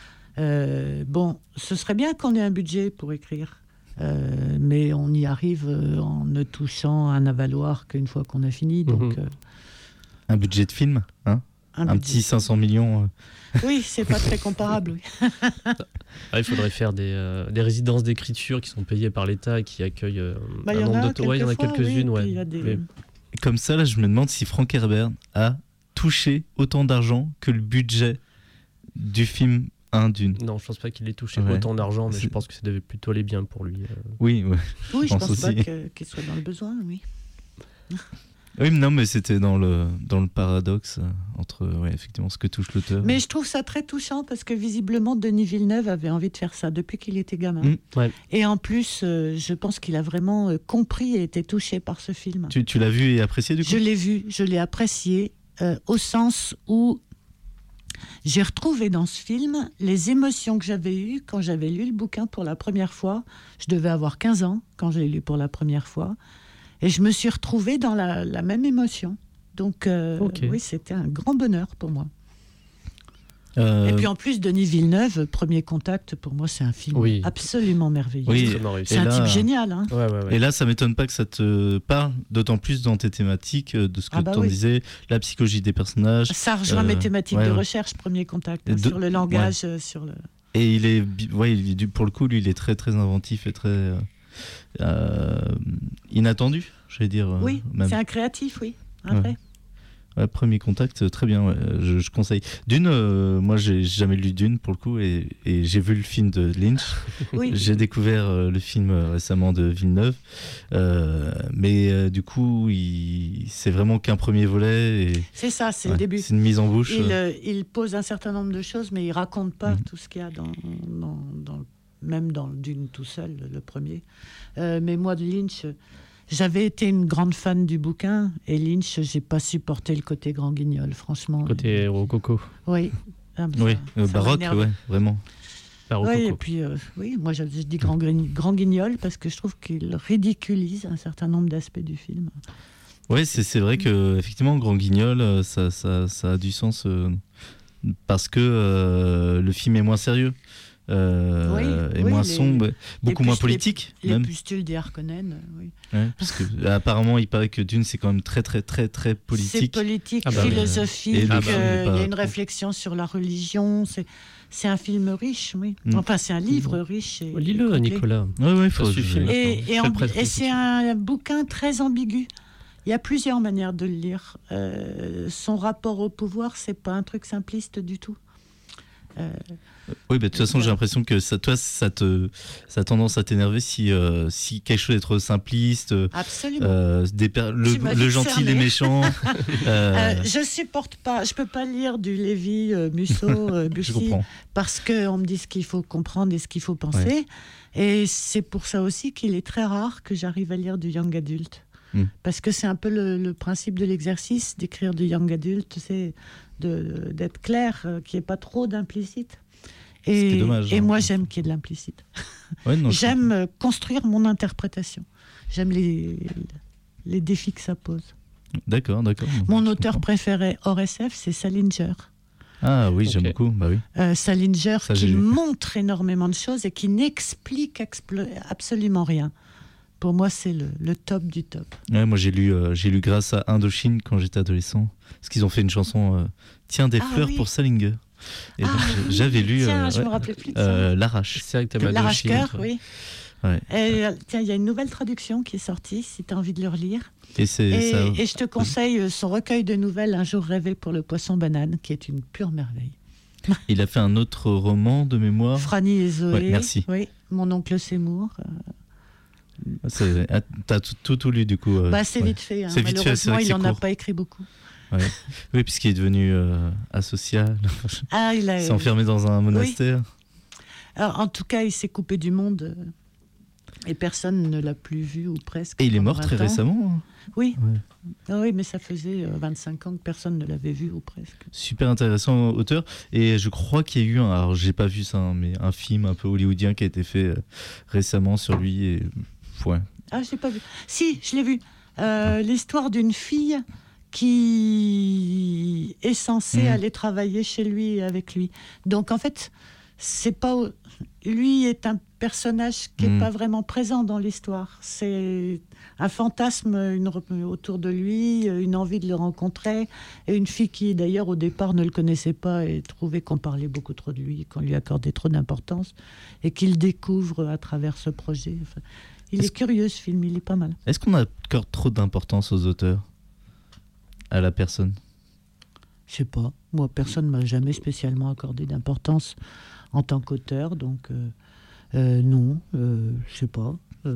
Euh, bon, ce serait bien qu'on ait un budget pour écrire, euh, mais on y arrive euh, en ne touchant un avaloir qu'une fois qu'on a fini. Donc, Mhm. euh, Un budget de film, hein un, un budget. petit cinq cents millions. euh. Oui, c'est pas très comparable. Oui. Ah, il faudrait faire des, euh, des résidences d'écriture qui sont payées par l'État et qui accueillent euh, Bah, un il y en nombre a de... Ouais, il y en a quelquefois, quelques-unes, oui, ouais. puis il y a des- Mais- Comme ça, là, je me demande si Frank Herbert a touché autant d'argent que le budget du film un Dune. Non, je pense pas qu'il ait touché Ouais. autant d'argent, mais C'est- je pense que ça devait plutôt aller bien pour lui. euh. Oui, ouais. Oui, je pense pense pas aussi. que- qu'il soit dans le besoin, oui. Oui, mais non, mais c'était dans le, dans le paradoxe euh, entre ouais, effectivement ce que touche l'auteur. Mais je trouve ça très touchant parce que visiblement Denis Villeneuve avait envie de faire ça depuis qu'il était gamin. Mm. Ouais. Et en plus, euh, je pense qu'il a vraiment euh, compris et été touché par ce film. Tu, tu l'as vu et apprécié du coup Je l'ai vu, je l'ai apprécié euh, au sens où j'ai retrouvé dans ce film les émotions que j'avais eues quand j'avais lu le bouquin pour la première fois. Je devais avoir quinze ans quand je l'ai lu pour la première fois. Et je me suis retrouvée dans la, la même émotion. Donc euh, Ok. oui, c'était un grand bonheur pour moi. Euh, Et puis en plus, Denis Villeneuve, Premier Contact, pour moi, c'est un film Oui. absolument merveilleux. Oui, Extrêmement réussi. c'est un et là- type génial. Hein. Ouais, ouais, ouais. Et là, ça m'étonne pas que ça te parle, d'autant plus dans tes thématiques, euh, de ce que Ah bah tu en oui. disais, la psychologie des personnages. Ça rejoint Euh, mes thématiques ouais, de ouais. recherche, Premier Contact, hein, Et de- sur le langage, euh, sur le... Et il est, bi- ouais, il est du- pour le coup, lui, il est très, très inventif et très euh, euh, inattendu, j'allais dire. euh, Oui, même. c'est un créatif, oui. Un Ouais. vrai. Ouais, Premier Contact, euh, très bien, ouais, je, je conseille. Dune, euh, moi, j'ai jamais lu Dune pour le coup, et, et j'ai vu le film de Lynch. Oui. J'ai découvert euh, le film euh, récemment de Villeneuve, euh, mais euh, du coup, il... c'est vraiment qu'un premier volet. Et... C'est ça, c'est ouais, le début. C'est une mise en bouche. Il, euh, euh, il pose un certain nombre de choses, mais il raconte pas Mhm. tout ce qu'il y a dans, dans, dans- même dans Dune tout seul, le premier. Euh, mais moi, de Lynch, j'avais été une grande fan du bouquin, et Lynch, j'ai pas supporté le côté grand guignol, franchement. Côté rococo. Oui. Ah, mais oui, ça- euh, ça baroque, m'énerve. ouais, vraiment. Pas Oui, rococo. et puis, euh, oui, moi je, je dis grand, gri- grand guignol parce que je trouve qu'il ridiculise un certain nombre d'aspects du film. Oui, c'est c'est vrai que effectivement, Grand Guignol, euh, ça, ça, ça a du sens euh, parce que euh, le film est moins sérieux. euh, Oui, est oui, moins les- sombre, beaucoup les moins pustules- politique. Les même. pustules des Harkonnen, oui. Ouais, parce que euh, apparemment, il paraît que Dune, c'est quand même très, très, très, très C'est politique. politique, Ah bah oui. philosophique, Et le euh, film il est y pas a une trop. réflexion sur la religion. C'est, c'est un film riche, oui. Mm. Enfin, c'est un livre riche. Et, et Lis-le, complet. Nicolas. Ouais, ouais, faut. Ça suffit, je- maintenant. Et, et, Fais en- le presse et tout de c'est suite. un bouquin très ambigu. Il y a plusieurs manières de le lire. Euh, son rapport au pouvoir, c'est pas un truc simpliste du tout. Euh, Oui, bah, de toute façon, j'ai l'impression que ça, toi, ça, te, ça a tendance à t'énerver si, euh, si quelque chose est trop simpliste. absolument. Euh, des per- le, Tu m'as le vite gentil, cerné. les méchants. euh, Euh, je supporte pas, je peux pas lire du Lévi, euh, Musso, euh, je Bussy, comprends. parce qu'on me dit ce qu'il faut comprendre et ce qu'il faut penser. Et c'est pour ça aussi qu'il est très rare que j'arrive à lire du young adult. Mm. Parce que c'est un peu le, le principe de l'exercice d'écrire du young adult, c'est de, d'être clair, euh, qu'il n'y ait pas trop d'implicite. Ce qui est Et, dommage, et hein. moi, j'aime qu'il y ait de l'implicite. Ouais, non, je J'aime euh, construire mon interprétation. J'aime les, les défis que ça pose. comprends. D'accord, d'accord. Mon Je auteur comprends. préféré hors S F, c'est Salinger. Ah oui, j'aime Ok. beaucoup. Bah oui. Euh, Salinger Ça, j'ai qui lu. montre énormément de choses et qui n'explique explo- absolument rien. Pour moi, c'est le, le top du top. Ouais, moi, j'ai lu, euh, j'ai lu grâce à Indochine quand j'étais adolescent. Parce qu'ils ont fait une chanson euh, Tiens des Ah fleurs oui. pour Salinger. Et donc, Ah j'ai- oui, j'avais lu tiens, euh, je ouais, me rappelais plus de ça. euh, L'Arrache. C'est vrai que t'as L'arrache-cœur, oui. Ouais. Et, euh, tiens, il y a une nouvelle traduction qui est sortie, si tu as envie de le relire. Et, c'est, Et, ça... et je te conseille euh, son recueil de nouvelles Un jour rêvé pour le poisson banane, qui est une pure merveille. Il a fait un autre roman de mémoire. Franny et Zoé. Ouais, merci. Oui, Mon oncle Seymour. euh, C'est- ah, T'as tout, tout, tout lu du coup. euh, bah, c'est ouais. vite fait. hein. C'est vite fait, c'est Malheureusement, vrai que il c'est n'en a court. pas écrit beaucoup. Oui, puisqu'il est devenu euh, asocial. Ah, il a. Il s'est enfermé dans un monastère. Alors, en tout cas, il s'est coupé du monde euh, et personne ne l'a plus vu ou presque. Et il est pendant mort très vingt ans. récemment. hein. Oui. Ouais. Ah oui, mais ça faisait euh, vingt-cinq ans que personne ne l'avait vu ou presque. Super intéressant auteur. Et je crois qu'il y a eu un, alors j'ai pas vu ça, hein, mais un film un peu hollywoodien qui a été fait euh, récemment sur lui. Et ouais. Ah, je l'ai pas vu. Si, je l'ai vu. Euh, L'histoire d'une fille qui est censée Mhm. aller travailler chez lui et avec lui. Donc en fait, c'est pas lui est un personnage qui n'est Mhm. pas vraiment présent dans l'histoire. C'est un fantasme une, autour de lui, une envie de le rencontrer, et une fille qui d'ailleurs au départ ne le connaissait pas et trouvait qu'on parlait beaucoup trop de lui, qu'on lui accordait trop d'importance, et qu'il découvre à travers ce projet. Enfin, il est, Est-ce- curieux ce film, il est pas mal. Est-ce qu'on accorde trop d'importance aux auteurs, à la personne? Je sais pas. Moi, personne m'a jamais spécialement accordé d'importance en tant qu'auteur, donc euh, euh, non, euh, je sais pas. Euh,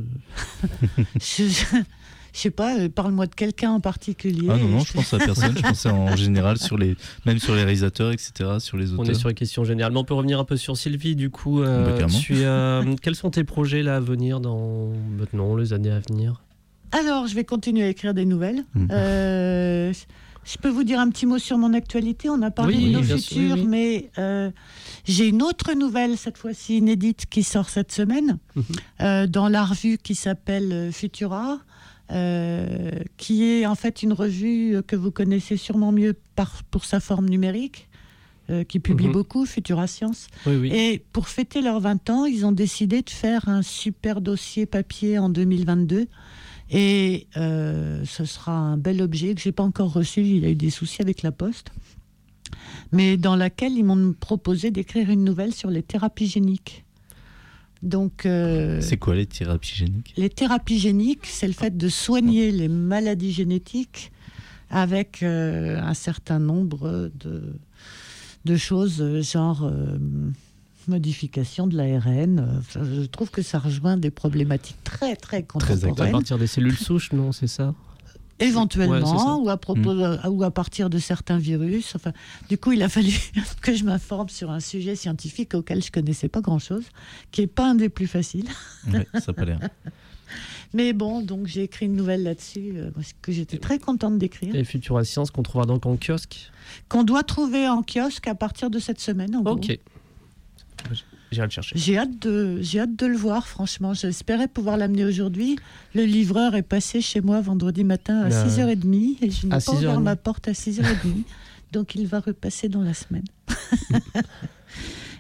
je, je, je sais pas. euh, Parle-moi de quelqu'un en particulier. Ah non, non, Et je pense à personne. Je pensais en général sur les, même sur les réalisateurs, et cetera, sur les On auteurs. est sur les questions générales. Mais on peut revenir un peu sur Sylvie, du coup. euh, Bah, carrément. tu, euh, quels sont tes projets là, à venir dans maintenant, les années à venir? Alors, je vais continuer à écrire des nouvelles. Mhm. Euh, je peux vous dire un petit mot sur mon actualité. On a parlé Oui, de nos bien sûr, futurs, oui, oui. mais euh, j'ai une autre nouvelle, cette fois-ci inédite, qui sort cette semaine, Mhm. euh, dans la revue qui s'appelle euh, Futura, euh, qui est en fait une revue que vous connaissez sûrement mieux par, pour sa forme numérique, euh, qui publie Mhm. beaucoup, Futura Science. Oui, oui. Et pour fêter leurs vingt ans, ils ont décidé de faire un super dossier papier en deux mille vingt-deux. Et euh, ce sera un bel objet que je n'ai pas encore reçu. Il y a eu des soucis avec la poste. Mais dans laquelle ils m'ont proposé d'écrire une nouvelle sur les thérapies géniques. Donc, euh, C'est quoi les thérapies géniques? les thérapies géniques, c'est le fait de soigner les maladies génétiques avec euh, un certain nombre de, de choses, euh, genre euh, modification de l'A R N. Euh, Je trouve que ça rejoint des problématiques très, très À contemporaines. partir des cellules souches, non, c'est ça? Éventuellement, Ouais, c'est ça. ou, à propos, Mm. ou à partir de certains virus. Enfin, du coup, il a fallu que je m'informe sur un sujet scientifique auquel je ne connaissais pas grand-chose, qui n'est pas un des plus faciles. Ouais, ça n'a pas l'air. Mais bon, donc j'ai écrit une nouvelle là-dessus, euh, que j'étais très contente d'écrire, Et Futura Science qu'on trouvera donc en kiosque. qu'on doit trouver en kiosque à partir de cette semaine. En gros. Ok. J'irai le chercher. J'ai hâte de, j'ai hâte de le voir, franchement. J'espérais pouvoir l'amener aujourd'hui. Le livreur est passé chez moi vendredi matin à Euh, six heures trente et je n'ai à pas six heures ouvert trente. ma porte à six heures trente. Donc il va repasser dans la semaine.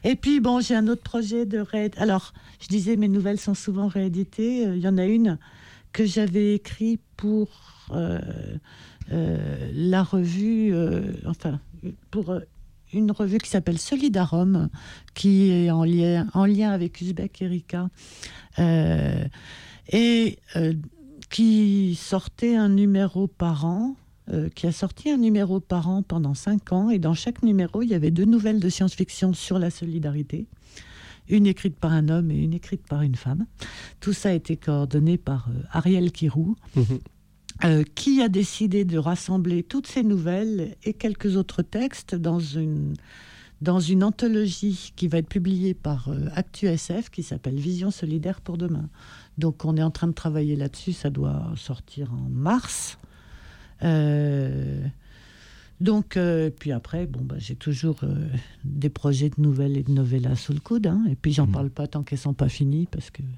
Et puis, bon, j'ai un autre projet de réédition. Alors, je disais, mes nouvelles sont souvent rééditées. Il y en a une que j'avais écrite pour euh, euh, la revue, euh, enfin, pour euh, une revue qui s'appelle Solidarum, qui est en lien, en lien avec Uzbek Erika, euh, et euh, qui sortait un numéro par an. Euh, qui a sorti un numéro par an pendant cinq ans, et dans chaque numéro, il y avait deux nouvelles de science-fiction sur la solidarité, une écrite par un homme et une écrite par une femme. Tout ça a été coordonné par euh, Ariel Kirou, mmh. euh, qui a décidé de rassembler toutes ces nouvelles et quelques autres textes dans une, dans une anthologie qui va être publiée par euh, Actu S F, qui s'appelle Vision solidaire pour demain. Donc on est en train de travailler là-dessus, ça doit sortir en mars. Euh, donc, euh, puis après, bon, bah, j'ai toujours euh, des projets de nouvelles et de novellas sous le coude, hein, et puis j'en mmh. parle pas tant qu'elles sont pas finies, parce que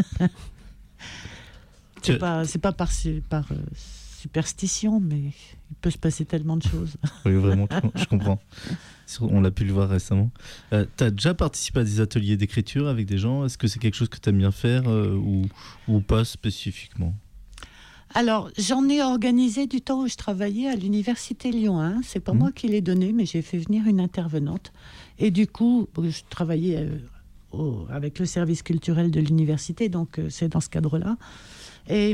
c'est pas, c'est pas par, par euh, superstition, mais il peut se passer tellement de choses. Oui, vraiment, je comprends. On l'a pu le voir récemment. Euh, tu as déjà participé à des ateliers d'écriture avec des gens? Est-ce que c'est quelque chose que tu aimes bien faire euh, ou, ou pas spécifiquement? Alors, j'en ai organisé du temps où je travaillais à l'université Lyon un. C'est pas mmh. moi qui l'ai donné, mais j'ai fait venir une intervenante. Et du coup, je travaillais euh, au, avec le service culturel de l'université, donc euh, c'est dans ce cadre-là. Et,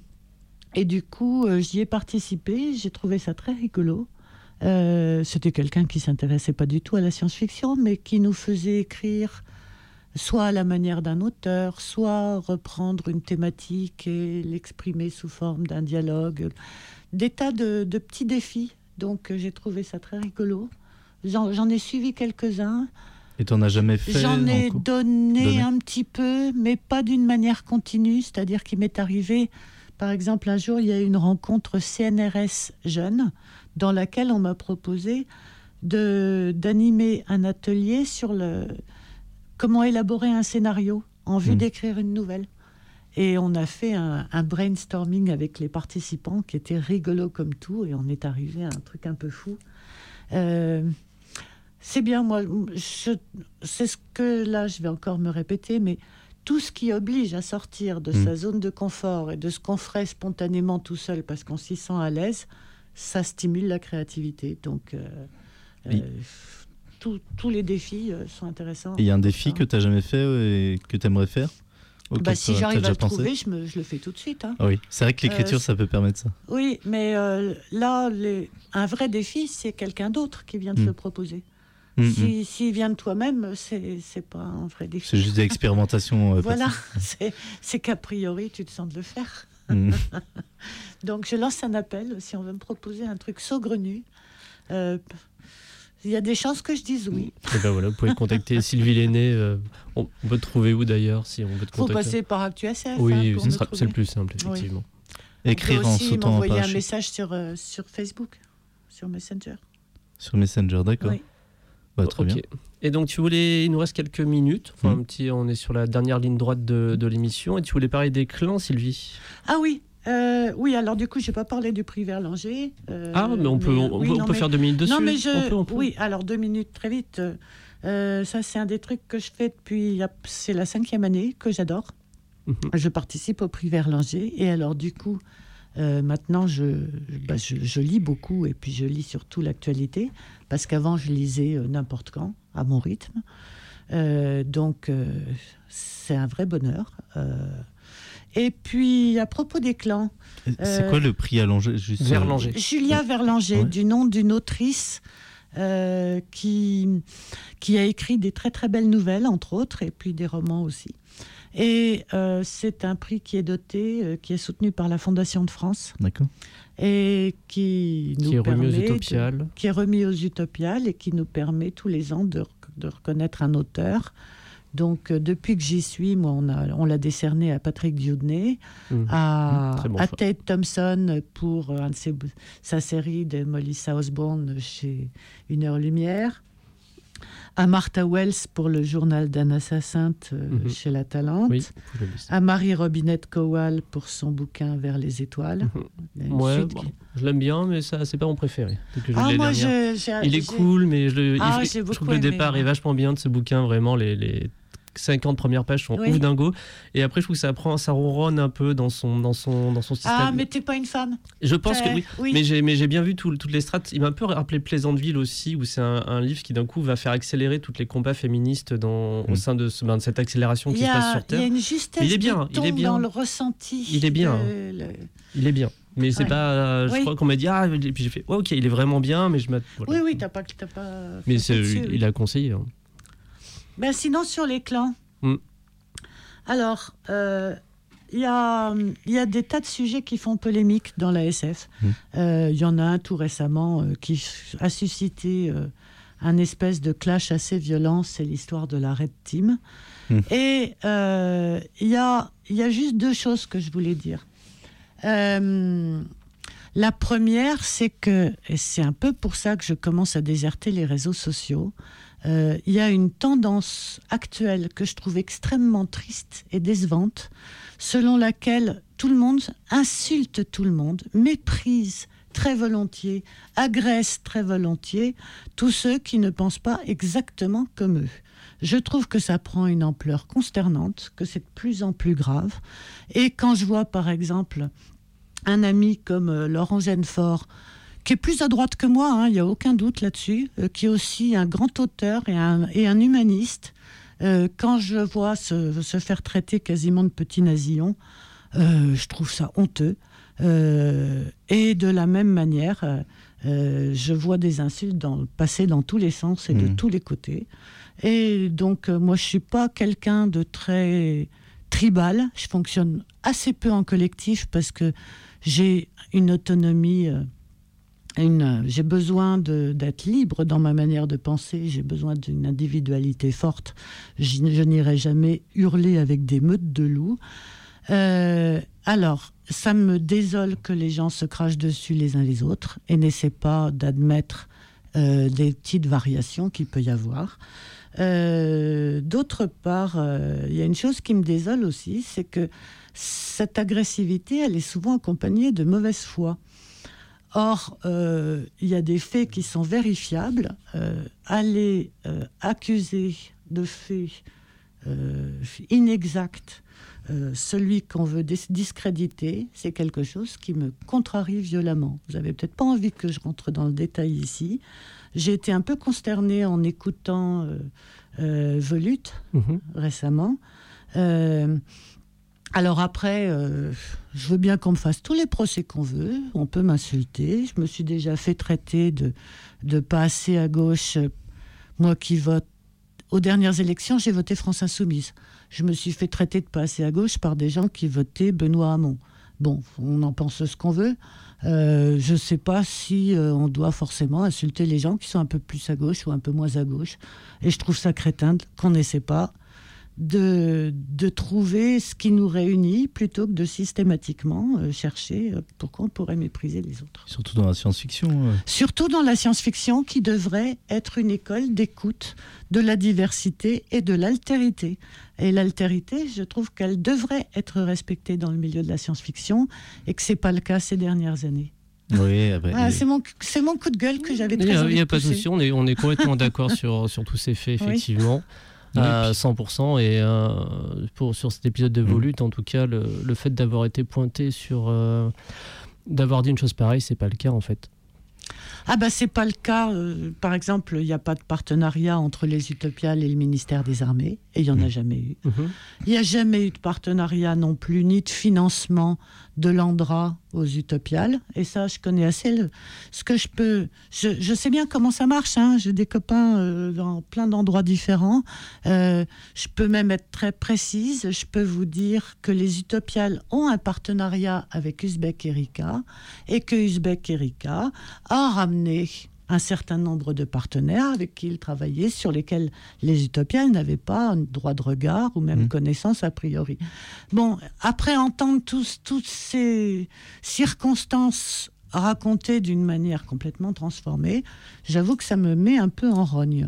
et du coup, euh, j'y ai participé. J'ai trouvé ça très rigolo. Euh, c'était quelqu'un qui s'intéressait pas du tout à la science-fiction, mais qui nous faisait écrire soit à la manière d'un auteur, soit reprendre une thématique et l'exprimer sous forme d'un dialogue. Des tas de, de petits défis. Donc, j'ai trouvé ça très rigolo. J'en, j'en ai suivi quelques-uns. Et tu n'en as jamais fait? J'en ai donné, donné un petit peu, mais pas d'une manière continue. C'est-à-dire qu'il m'est arrivé, par exemple, un jour, il y a eu une rencontre C N R S Jeunes, dans laquelle on m'a proposé de, d'animer un atelier sur le... comment élaborer un scénario en vue mmh. d'écrire une nouvelle. Et on a fait un, un brainstorming avec les participants qui était rigolo comme tout, et on est arrivé à un truc un peu fou. Euh, c'est bien, moi, je, c'est ce que, là, je vais encore me répéter, mais tout ce qui oblige à sortir de mmh. sa zone de confort et de ce qu'on ferait spontanément tout seul parce qu'on s'y sent à l'aise, ça stimule la créativité. Donc... Euh, oui. euh, Tous, tous les défis euh, sont intéressants. Et il y a un défi ça. que tu n'as jamais fait et que tu aimerais faire? bah, Si j'arrive à le pensé. trouver, je, me, je le fais tout de suite. Hein. Ah oui, c'est vrai que l'écriture, euh, ça peut permettre ça. Oui, mais euh, là, les... un vrai défi, c'est quelqu'un d'autre qui vient de mmh. le proposer. Mmh, si, mmh. S'il vient de toi-même, c'est, c'est pas un vrai défi. C'est juste des expérimentations. Euh, voilà, c'est, c'est qu'a priori, tu te sens de le faire. Mmh. Donc, je lance un appel, si on veut me proposer un truc saugrenu. Euh, Il y a des chances que je dise oui. Et ben voilà, vous pouvez contacter Sylvie Lenné. Euh, on, on peut te trouver où d'ailleurs si on veut te contacter? Il faut passer par Actu S F. Oui, hein, ce sera, c'est le plus simple, effectivement. Oui. Écrire en sautant en m'envoyer page. un message sur, euh, sur Facebook, sur Messenger. Sur Messenger, d'accord. Oui. Bah, très okay. bien. Et donc, tu voulais, il nous reste quelques minutes. Enfin, mmh. un petit, on est sur la dernière ligne droite de, de l'émission. Et tu voulais parler des clans, Sylvie? Ah oui. Euh, oui, alors du coup, je n'ai pas parlé du prix Verlanger. Euh, ah, mais on peut, mais, on, oui, on non, peut mais, faire deux minutes dessus. Non, mais je, on peut, on peut. Oui, alors deux minutes très vite. Euh, ça, c'est un des trucs que je fais depuis. C'est la cinquième année que j'adore. Mm-hmm. Je participe au prix Verlanger. Et alors, du coup, euh, maintenant, je, bah, je, je lis beaucoup. Et puis, je lis surtout l'actualité. Parce qu'avant, je lisais euh, n'importe quand, à mon rythme. Euh, donc, euh, c'est un vrai bonheur. Euh, Et puis, à propos des clans... C'est euh, quoi le prix Verlanger juste Verlanger. Julia Verlanger, ouais. du nom d'une autrice euh, qui, qui a écrit des très très belles nouvelles, entre autres, et puis des romans aussi. Et euh, c'est un prix qui est doté, euh, qui est soutenu par la Fondation de France. D'accord. Et qui nous qui est permet... remis aux Utopiales. De, qui est remis aux Utopiales et qui nous permet tous les ans de, de reconnaître un auteur. Donc, euh, depuis que j'y suis, moi, on, a, on l'a décerné à Patrick Dieudonné, mmh. à, mmh, bon à Tate Thompson pour un de ses, sa série de Molly Southbourne chez Une Heure Lumière, à Martha Wells pour le journal d'Anna Sassinte euh, mm-hmm. chez La Talente, oui, à Marie Robinette Kowal pour son bouquin Vers les étoiles. Mm-hmm. Ouais, bon, qui... je l'aime bien, mais ça c'est pas mon préféré. Je ah moi je, j'ai, il est j'ai... cool, mais je, le, ah, il, j'ai je trouve que le aimé, départ ouais. est vachement bien de ce bouquin, vraiment les, les cinquante premières pages sont oui. ouf dingo. Et après je trouve que ça prend, ça ronronne un peu dans son, dans son, dans son système. Ah mais t'es pas une femme. Je pense T'es... que oui, oui. Mais, j'ai, mais j'ai bien vu tout, toutes les strates. Il m'a un peu rappelé Pleasantville aussi, où c'est un, un livre qui d'un coup va faire accélérer tous les combats féministes dans, mmh. au sein de, ce, ben, de cette accélération qui a, se passe sur Terre. Il y a une justesse il est bien, il est bien. dans le ressenti. Il est bien. De, le... Il est bien. Mais c'est ouais. pas. Euh, je oui. crois qu'on m'a dit ah et puis j'ai fait ouais, ok il est vraiment bien mais je m'attends. Voilà. Oui oui t'as pas t'as pas. Mais c'est, dessus, il, oui. il a conseillé. Hein. Ben sinon sur les clans. Mmh. Alors, il euh, y, a, y a des tas de sujets qui font polémique dans la S F. Il mmh. euh, y en a un tout récemment euh, qui a suscité euh, un espèce de clash assez violent, c'est l'histoire de la Red Team. Mmh. Et il euh, y, a, y a juste deux choses que je voulais dire. Euh, la première, c'est que, et c'est un peu pour ça que je commence à déserter les réseaux sociaux, il euh, y a une tendance actuelle que je trouve extrêmement triste et décevante, selon laquelle tout le monde insulte tout le monde, méprise très volontiers, agresse très volontiers tous ceux qui ne pensent pas exactement comme eux. Je trouve que ça prend une ampleur consternante, que c'est de plus en plus grave. Et quand je vois par exemple un ami comme euh, Laurent Genefort, qui est plus à droite que moi, il hein, n'y a aucun doute là-dessus, euh, qui est aussi un grand auteur et un, et un humaniste. Euh, quand je vois se, se faire traiter quasiment de petit nasillon, euh, je trouve ça honteux. Euh, et de la même manière, euh, je vois des insultes dans, passer dans tous les sens et de mmh. tous les côtés. Et donc, euh, moi, je ne suis pas quelqu'un de très tribal. Je fonctionne assez peu en collectif parce que j'ai une autonomie... Euh, Une, j'ai besoin de, d'être libre dans ma manière de penser, j'ai besoin d'une individualité forte. Je, je n'irai jamais hurler avec des meutes de loups. Euh, alors, ça me désole que les gens se crachent dessus les uns les autres et n'essaient pas d'admettre euh, des petites variations qu'il peut y avoir. Euh, d'autre part, euh, il y a une chose qui me désole aussi, c'est que cette agressivité, elle est souvent accompagnée de mauvaise foi. Or, il euh, y a des faits qui sont vérifiables. Euh, aller euh, accuser de faits euh, inexacts euh, celui qu'on veut dis- discréditer, c'est quelque chose qui me contrarie violemment. Vous n'avez peut-être pas envie que je rentre dans le détail ici. J'ai été un peu consternée en écoutant euh, euh, Volute mmh. récemment. Euh, Alors après, euh, je veux bien qu'on me fasse tous les procès qu'on veut. On peut m'insulter. Je me suis déjà fait traiter de, de pas assez à gauche. Moi qui vote... Aux dernières élections, j'ai voté France Insoumise. Je me suis fait traiter de pas assez à gauche par des gens qui votaient Benoît Hamon. Bon, on en pense ce qu'on veut. Euh, je ne sais pas si euh, on doit forcément insulter les gens qui sont un peu plus à gauche ou un peu moins à gauche. Et je trouve ça crétin qu'on n'essaie pas De, de trouver ce qui nous réunit plutôt que de systématiquement euh, chercher euh, pourquoi on pourrait mépriser les autres. Surtout dans la science-fiction. Euh. Surtout dans la science-fiction qui devrait être une école d'écoute de la diversité et de l'altérité. Et l'altérité, je trouve qu'elle devrait être respectée dans le milieu de la science-fiction et que ce n'est pas le cas ces dernières années. Oui, bah, voilà, et... c'est, mon, c'est mon coup de gueule que j'avais très envie de pousser. Il n'y a pas de souci, on est, on est complètement d'accord sur, sur tous ces faits, effectivement. Oui. À cent pour cent et euh, pour, sur cet épisode de Volute, mmh. en tout cas, le, le fait d'avoir été pointé sur... Euh, d'avoir dit une chose pareille, c'est pas le cas en fait. Ah bah c'est pas le cas. Euh, par exemple, il n'y a pas de partenariat entre les Utopiales et le ministère des Armées, et il n'y en a mmh. jamais eu. Il mmh. n'y a jamais eu de partenariat non plus, ni de financement de l'Andra aux Utopiales. Et ça, je connais assez le, ce que je peux... Je, je sais bien comment ça marche. Hein. J'ai des copains euh, dans plein d'endroits différents. Euh, je peux même être très précise. Je peux vous dire que les Utopiales ont un partenariat avec Uzbek Erika et que Uzbek Erika a ramené un certain nombre de partenaires avec qui ils travaillaient, sur lesquels les Utopiales n'avaient pas un droit de regard ou même mmh. connaissance a priori. Bon, après entendre tous, toutes ces circonstances racontées d'une manière complètement transformée, j'avoue que ça me met un peu en rogne.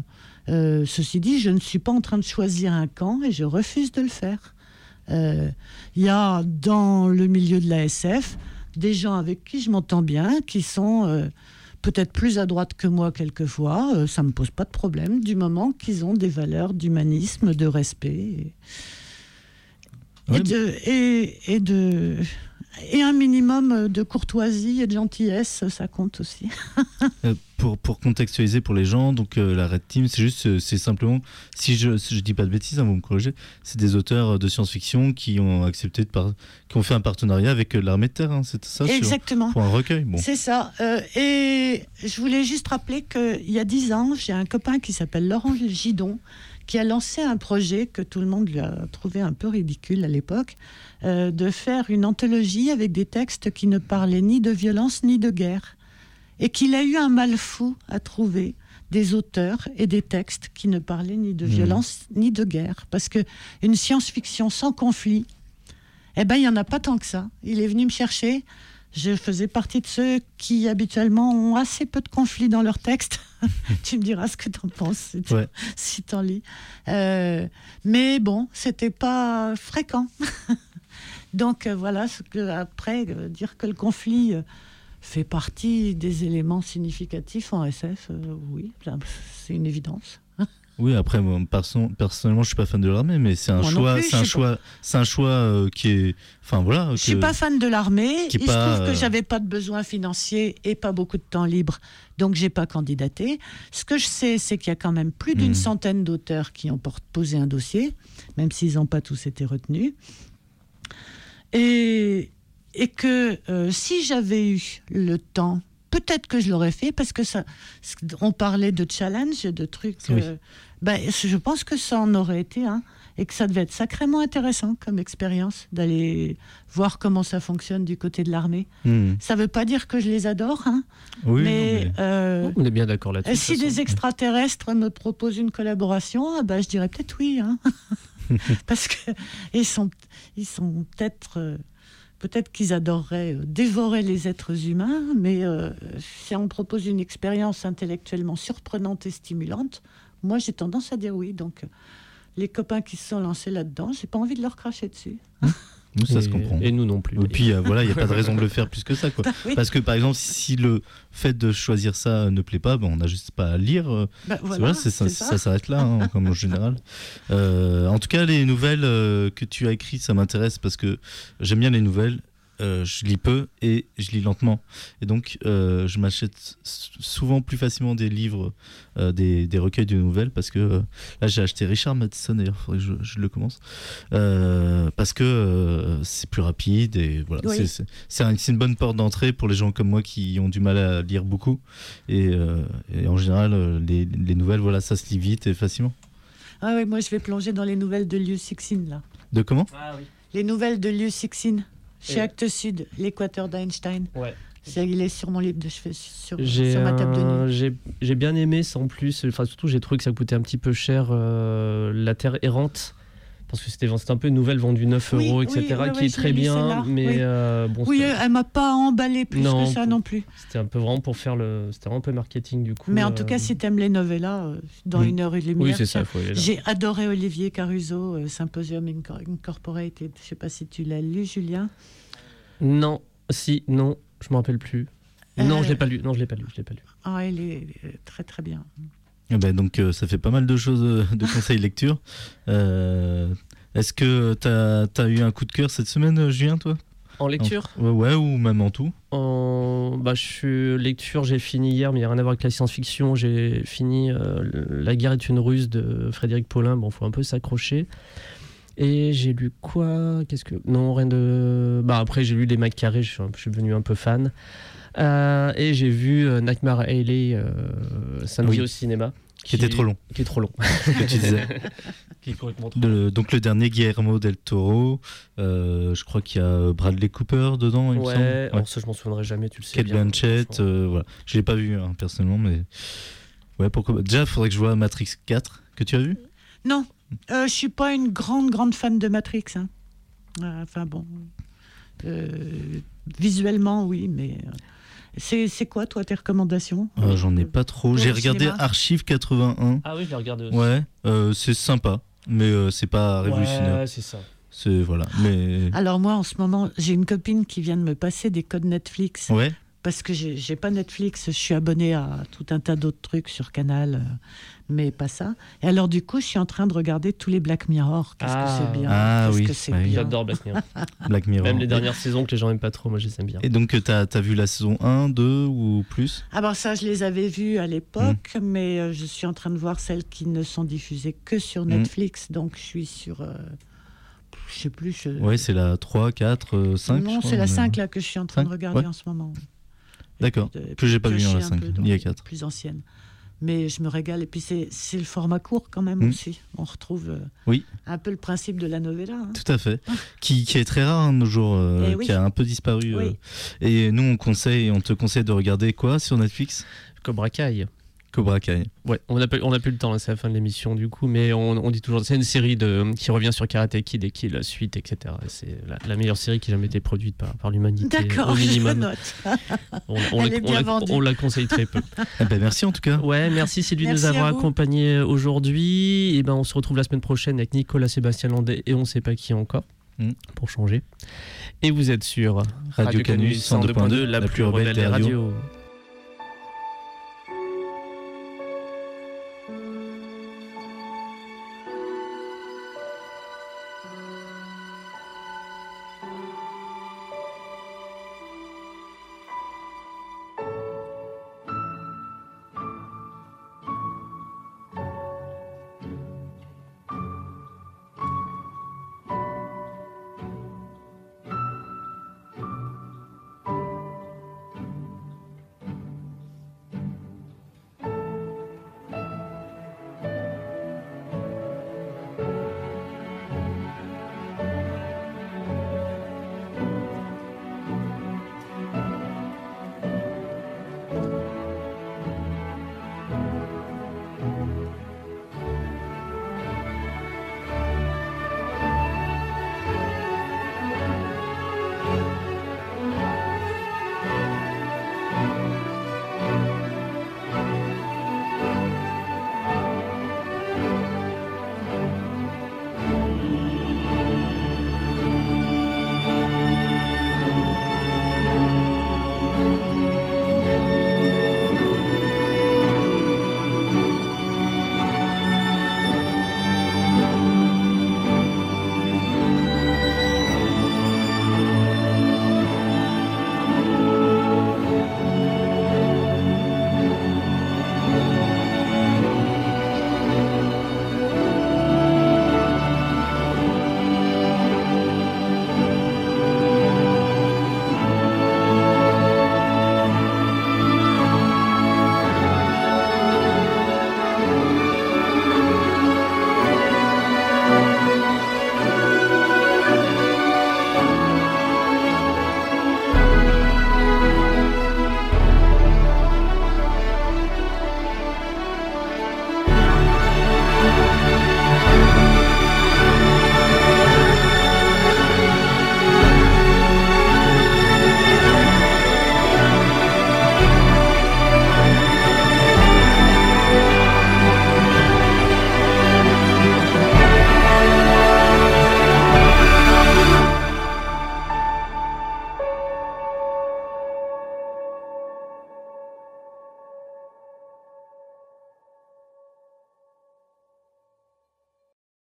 Euh, ceci dit, je ne suis pas en train de choisir un camp et je refuse de le faire. Il euh, y a dans le milieu de la S F des gens avec qui je m'entends bien, qui sont euh, peut-être plus à droite que moi quelquefois. Euh, ça ne me pose pas de problème du moment qu'ils ont des valeurs d'humanisme, de respect et, ouais, et, de, et, et, de, et un minimum de courtoisie et de gentillesse, ça compte aussi. euh, pour, pour contextualiser pour les gens, donc euh, la Red Team, c'est juste, c'est simplement, si je si je dis pas de bêtises, hein, vous me corrigez, c'est des auteurs de science-fiction qui ont accepté de par, qui ont fait un partenariat avec l'armée de terre, hein, c'est ça? Exactement. Sur, pour un recueil. Bon. C'est ça. Euh, et je voulais juste rappeler qu'il y a dix ans, j'ai un copain qui s'appelle Laurent Gidon, qui a lancé un projet que tout le monde lui a trouvé un peu ridicule à l'époque, euh, de faire une anthologie avec des textes qui ne parlaient ni de violence ni de guerre. Et qu'il a eu un mal fou à trouver des auteurs et des textes qui ne parlaient ni de violence mmh. ni de guerre. Parce qu'une science-fiction sans conflit, eh ben, il n'y en a pas tant que ça. Il est venu me chercher. Je faisais partie de ceux qui, habituellement, ont assez peu de conflits dans leurs textes. Tu me diras ce que tu en penses si tu ouais. si t'en lis. Euh, mais bon, c'était pas fréquent. Donc, euh, voilà, ce que, après, euh, dire que le conflit... Euh, fait partie des éléments significatifs en S F, euh, oui, c'est une évidence. Oui, après, moi, perso- personnellement, je suis pas fan de l'armée, mais c'est un moi choix, plus, c'est un choix, pas. c'est un choix euh, qui est, enfin voilà. Je suis pas fan de l'armée. Il se pas, trouve que j'avais pas de besoins financiers et pas beaucoup de temps libre, donc j'ai pas candidaté. Ce que je sais, c'est qu'il y a quand même plus d'une mmh. centaine d'auteurs qui ont posé un dossier, même s'ils n'ont pas tous été retenus. Et Et que euh, si j'avais eu le temps, peut-être que je l'aurais fait, parce que ça, on parlait de challenge, de trucs. Oui. Euh, ben, je pense que ça en aurait été un, et que ça devait être sacrément intéressant comme expérience d'aller voir comment ça fonctionne du côté de l'armée. Mmh. Ça ne veut pas dire que je les adore, hein, oui, mais, non, mais... Euh, on est bien d'accord là-dessus. Si des extraterrestres me proposent une collaboration, ah ben, je dirais peut-être oui, hein, parce que ils sont, ils sont peut-être. Euh, Peut-être qu'ils adoreraient dévorer les êtres humains, mais euh, si on propose une expérience intellectuellement surprenante et stimulante, moi j'ai tendance à dire oui. Donc les copains qui se sont lancés là-dedans, j'ai pas envie de leur cracher dessus. Nous, ça et, se comprend. Et nous non plus. Et puis euh, voilà, il n'y a pas de raison de le faire plus que ça, quoi. Bah, oui. Parce que par exemple, si le fait de choisir ça ne plaît pas, ben, on n'a juste pas à lire. Euh, bah, voilà, voilà, c'est, c'est ça, ça. ça s'arrête là, hein, comme en général. Euh, en tout cas, les nouvelles euh, que tu as écrites, ça m'intéresse parce que j'aime bien les nouvelles. Euh, je lis peu et je lis lentement. Et donc, euh, je m'achète souvent plus facilement des livres, euh, des, des recueils de nouvelles, parce que euh, là, j'ai acheté Richard Matheson, d'ailleurs, il faudrait que je, je le commence, euh, parce que euh, c'est plus rapide et voilà. Oui. C'est, c'est, c'est, un, c'est une bonne porte d'entrée pour les gens comme moi qui ont du mal à lire beaucoup. Et, euh, et en général, les, les nouvelles, voilà, ça se lit vite et facilement. Ah oui, moi, je vais plonger dans les nouvelles de Liu Cixin, là. De comment ? Ah oui. Les nouvelles de Liu Cixin. Chez Et... Actes Sud, l'équateur d'Einstein. Ouais. C'est, il est sur mon livre de chevet, sur, j'ai sur ma un... table de nuit. J'ai, j'ai bien aimé, sans plus. Enfin, surtout, j'ai trouvé que ça coûtait un petit peu cher, euh, La Terre errante. Parce que c'était, c'était un peu une nouvelle vendue neuf oui, euros, et cetera, oui, qui oui, est très bien. Mais oui, euh, bon, oui elle m'a pas emballé plus non, que ça pour... non plus. C'était un peu vraiment pour faire le. C'était vraiment un peu marketing du coup. Mais en euh... tout cas, si t'aimes les novellas, euh, dans oui. une heure et demie. Oui, c'est ça. Faut j'ai adoré Olivier Caruso, euh, Symposium Incorporated. Je sais pas si tu l'as lu, Julien. Non, si, non, je me rappelle plus. Euh... Non, je l'ai pas lu. Non, je l'ai pas lu. Je l'ai pas lu. Ah, il est très très bien. Eh ben, donc euh, ça fait pas mal de choses, euh, de conseils lecture. Euh, est-ce que t'as, t'as eu un coup de cœur cette semaine, Julien, toi ? En lecture ? en, ouais, ouais, ou même en tout. En bah, je suis lecture, j'ai fini hier, mais il n'y a rien à voir avec la science-fiction. J'ai fini euh, La guerre est une ruse de Frédéric Paulin. Bon, faut un peu s'accrocher. Et j'ai lu quoi ? Qu'est-ce que non, rien de. Bah après j'ai lu Les Macs Carrés. Je suis, je suis devenu un peu fan. Euh, et j'ai vu euh, Nightmare Alley euh, samedi oui. au cinéma. Qui, qui était trop long. Qui est trop long. que tu disais. Qui est complètement trop de, donc le dernier Guillermo del Toro. Euh, je crois qu'il y a Bradley Cooper dedans. Il ouais. me semble. Ouais. Alors ça je m'en souviendrai jamais. Tu le sais. Cate Blanchett. Euh, voilà. Je l'ai pas vu hein, personnellement, mais ouais pourquoi. Déjà il faudrait que je voie Matrix quatre que tu as vu. Non. Euh, je suis pas une grande grande fan de Matrix. Hein. Euh, enfin bon, euh, visuellement oui, mais C'est, c'est quoi, toi, tes recommandations? euh, J'en ai pas trop. Pour J'ai le regardé cinéma Archive quatre-vingt-un. Ah oui, je l'ai regardé aussi. Ouais, euh, c'est sympa, mais euh, c'est pas révolutionnaire. Ouais, c'est ça. C'est voilà, mais Alors moi, en ce moment, j'ai une copine qui vient de me passer des codes Netflix. ouais. Parce que j'ai, j'ai pas Netflix, je suis abonnée à tout un tas d'autres trucs sur Canal, euh, mais pas ça. Et alors du coup, je suis en train de regarder tous les Black Mirror. Qu'est-ce Ah. que c'est bien. Ah Qu'est-ce oui, que c'est ouais. bien. J'adore Black Mirror. Black Mirror. Même les dernières saisons que les gens aiment pas trop, moi je les aime bien. Et donc, t'as as vu la saison un, deux ou plus? Ah ben ça, je les avais vus à l'époque, Mm. mais euh, je suis en train de voir celles qui ne sont diffusées que sur Netflix, donc je suis sur... euh, je sais plus... Je... Ouais, c'est la trois, quatre, cinq. Non, c'est la cinq là que je suis en train cinq, de regarder ouais. en ce moment. D'accord. Et puis, Que j'ai pas vu, piocher hein, la un cinq. peu dans Il y a les quatre. plus anciennes. Mais je me régale. Et puis c'est, c'est le format court quand même Mm. aussi. On retrouve euh, Oui. un peu le principe de la novella. Hein. Tout à fait. Qui, qui est très rare hein, de nos jours, euh, Eh oui. qui a un peu disparu. euh. Oui. Et nous, on conseille, on te conseille de regarder quoi sur Netflix? Cobra Kai. Cobra Kai. Ouais, on n'a pas, on a plus le temps, là, c'est la fin de l'émission du coup, mais on, on dit toujours, c'est une série de, qui revient sur Karate Kid et qui est la suite, et cetera. C'est la, la meilleure série qui a jamais été produite par, par l'humanité. D'accord, au je minimum. note. On, on Elle la, est on bien la- vendue. on la conseille très peu. Eh ben, merci en tout cas. Ouais, merci Sylvie de nous Merci avoir à vous. accompagnés aujourd'hui. Et ben, on se retrouve la semaine prochaine avec Nicolas Sébastien Landais et on sait pas qui encore, Mm. pour changer. Et vous êtes sur Radio Canus cent deux point deux, la plus rebelle des radios.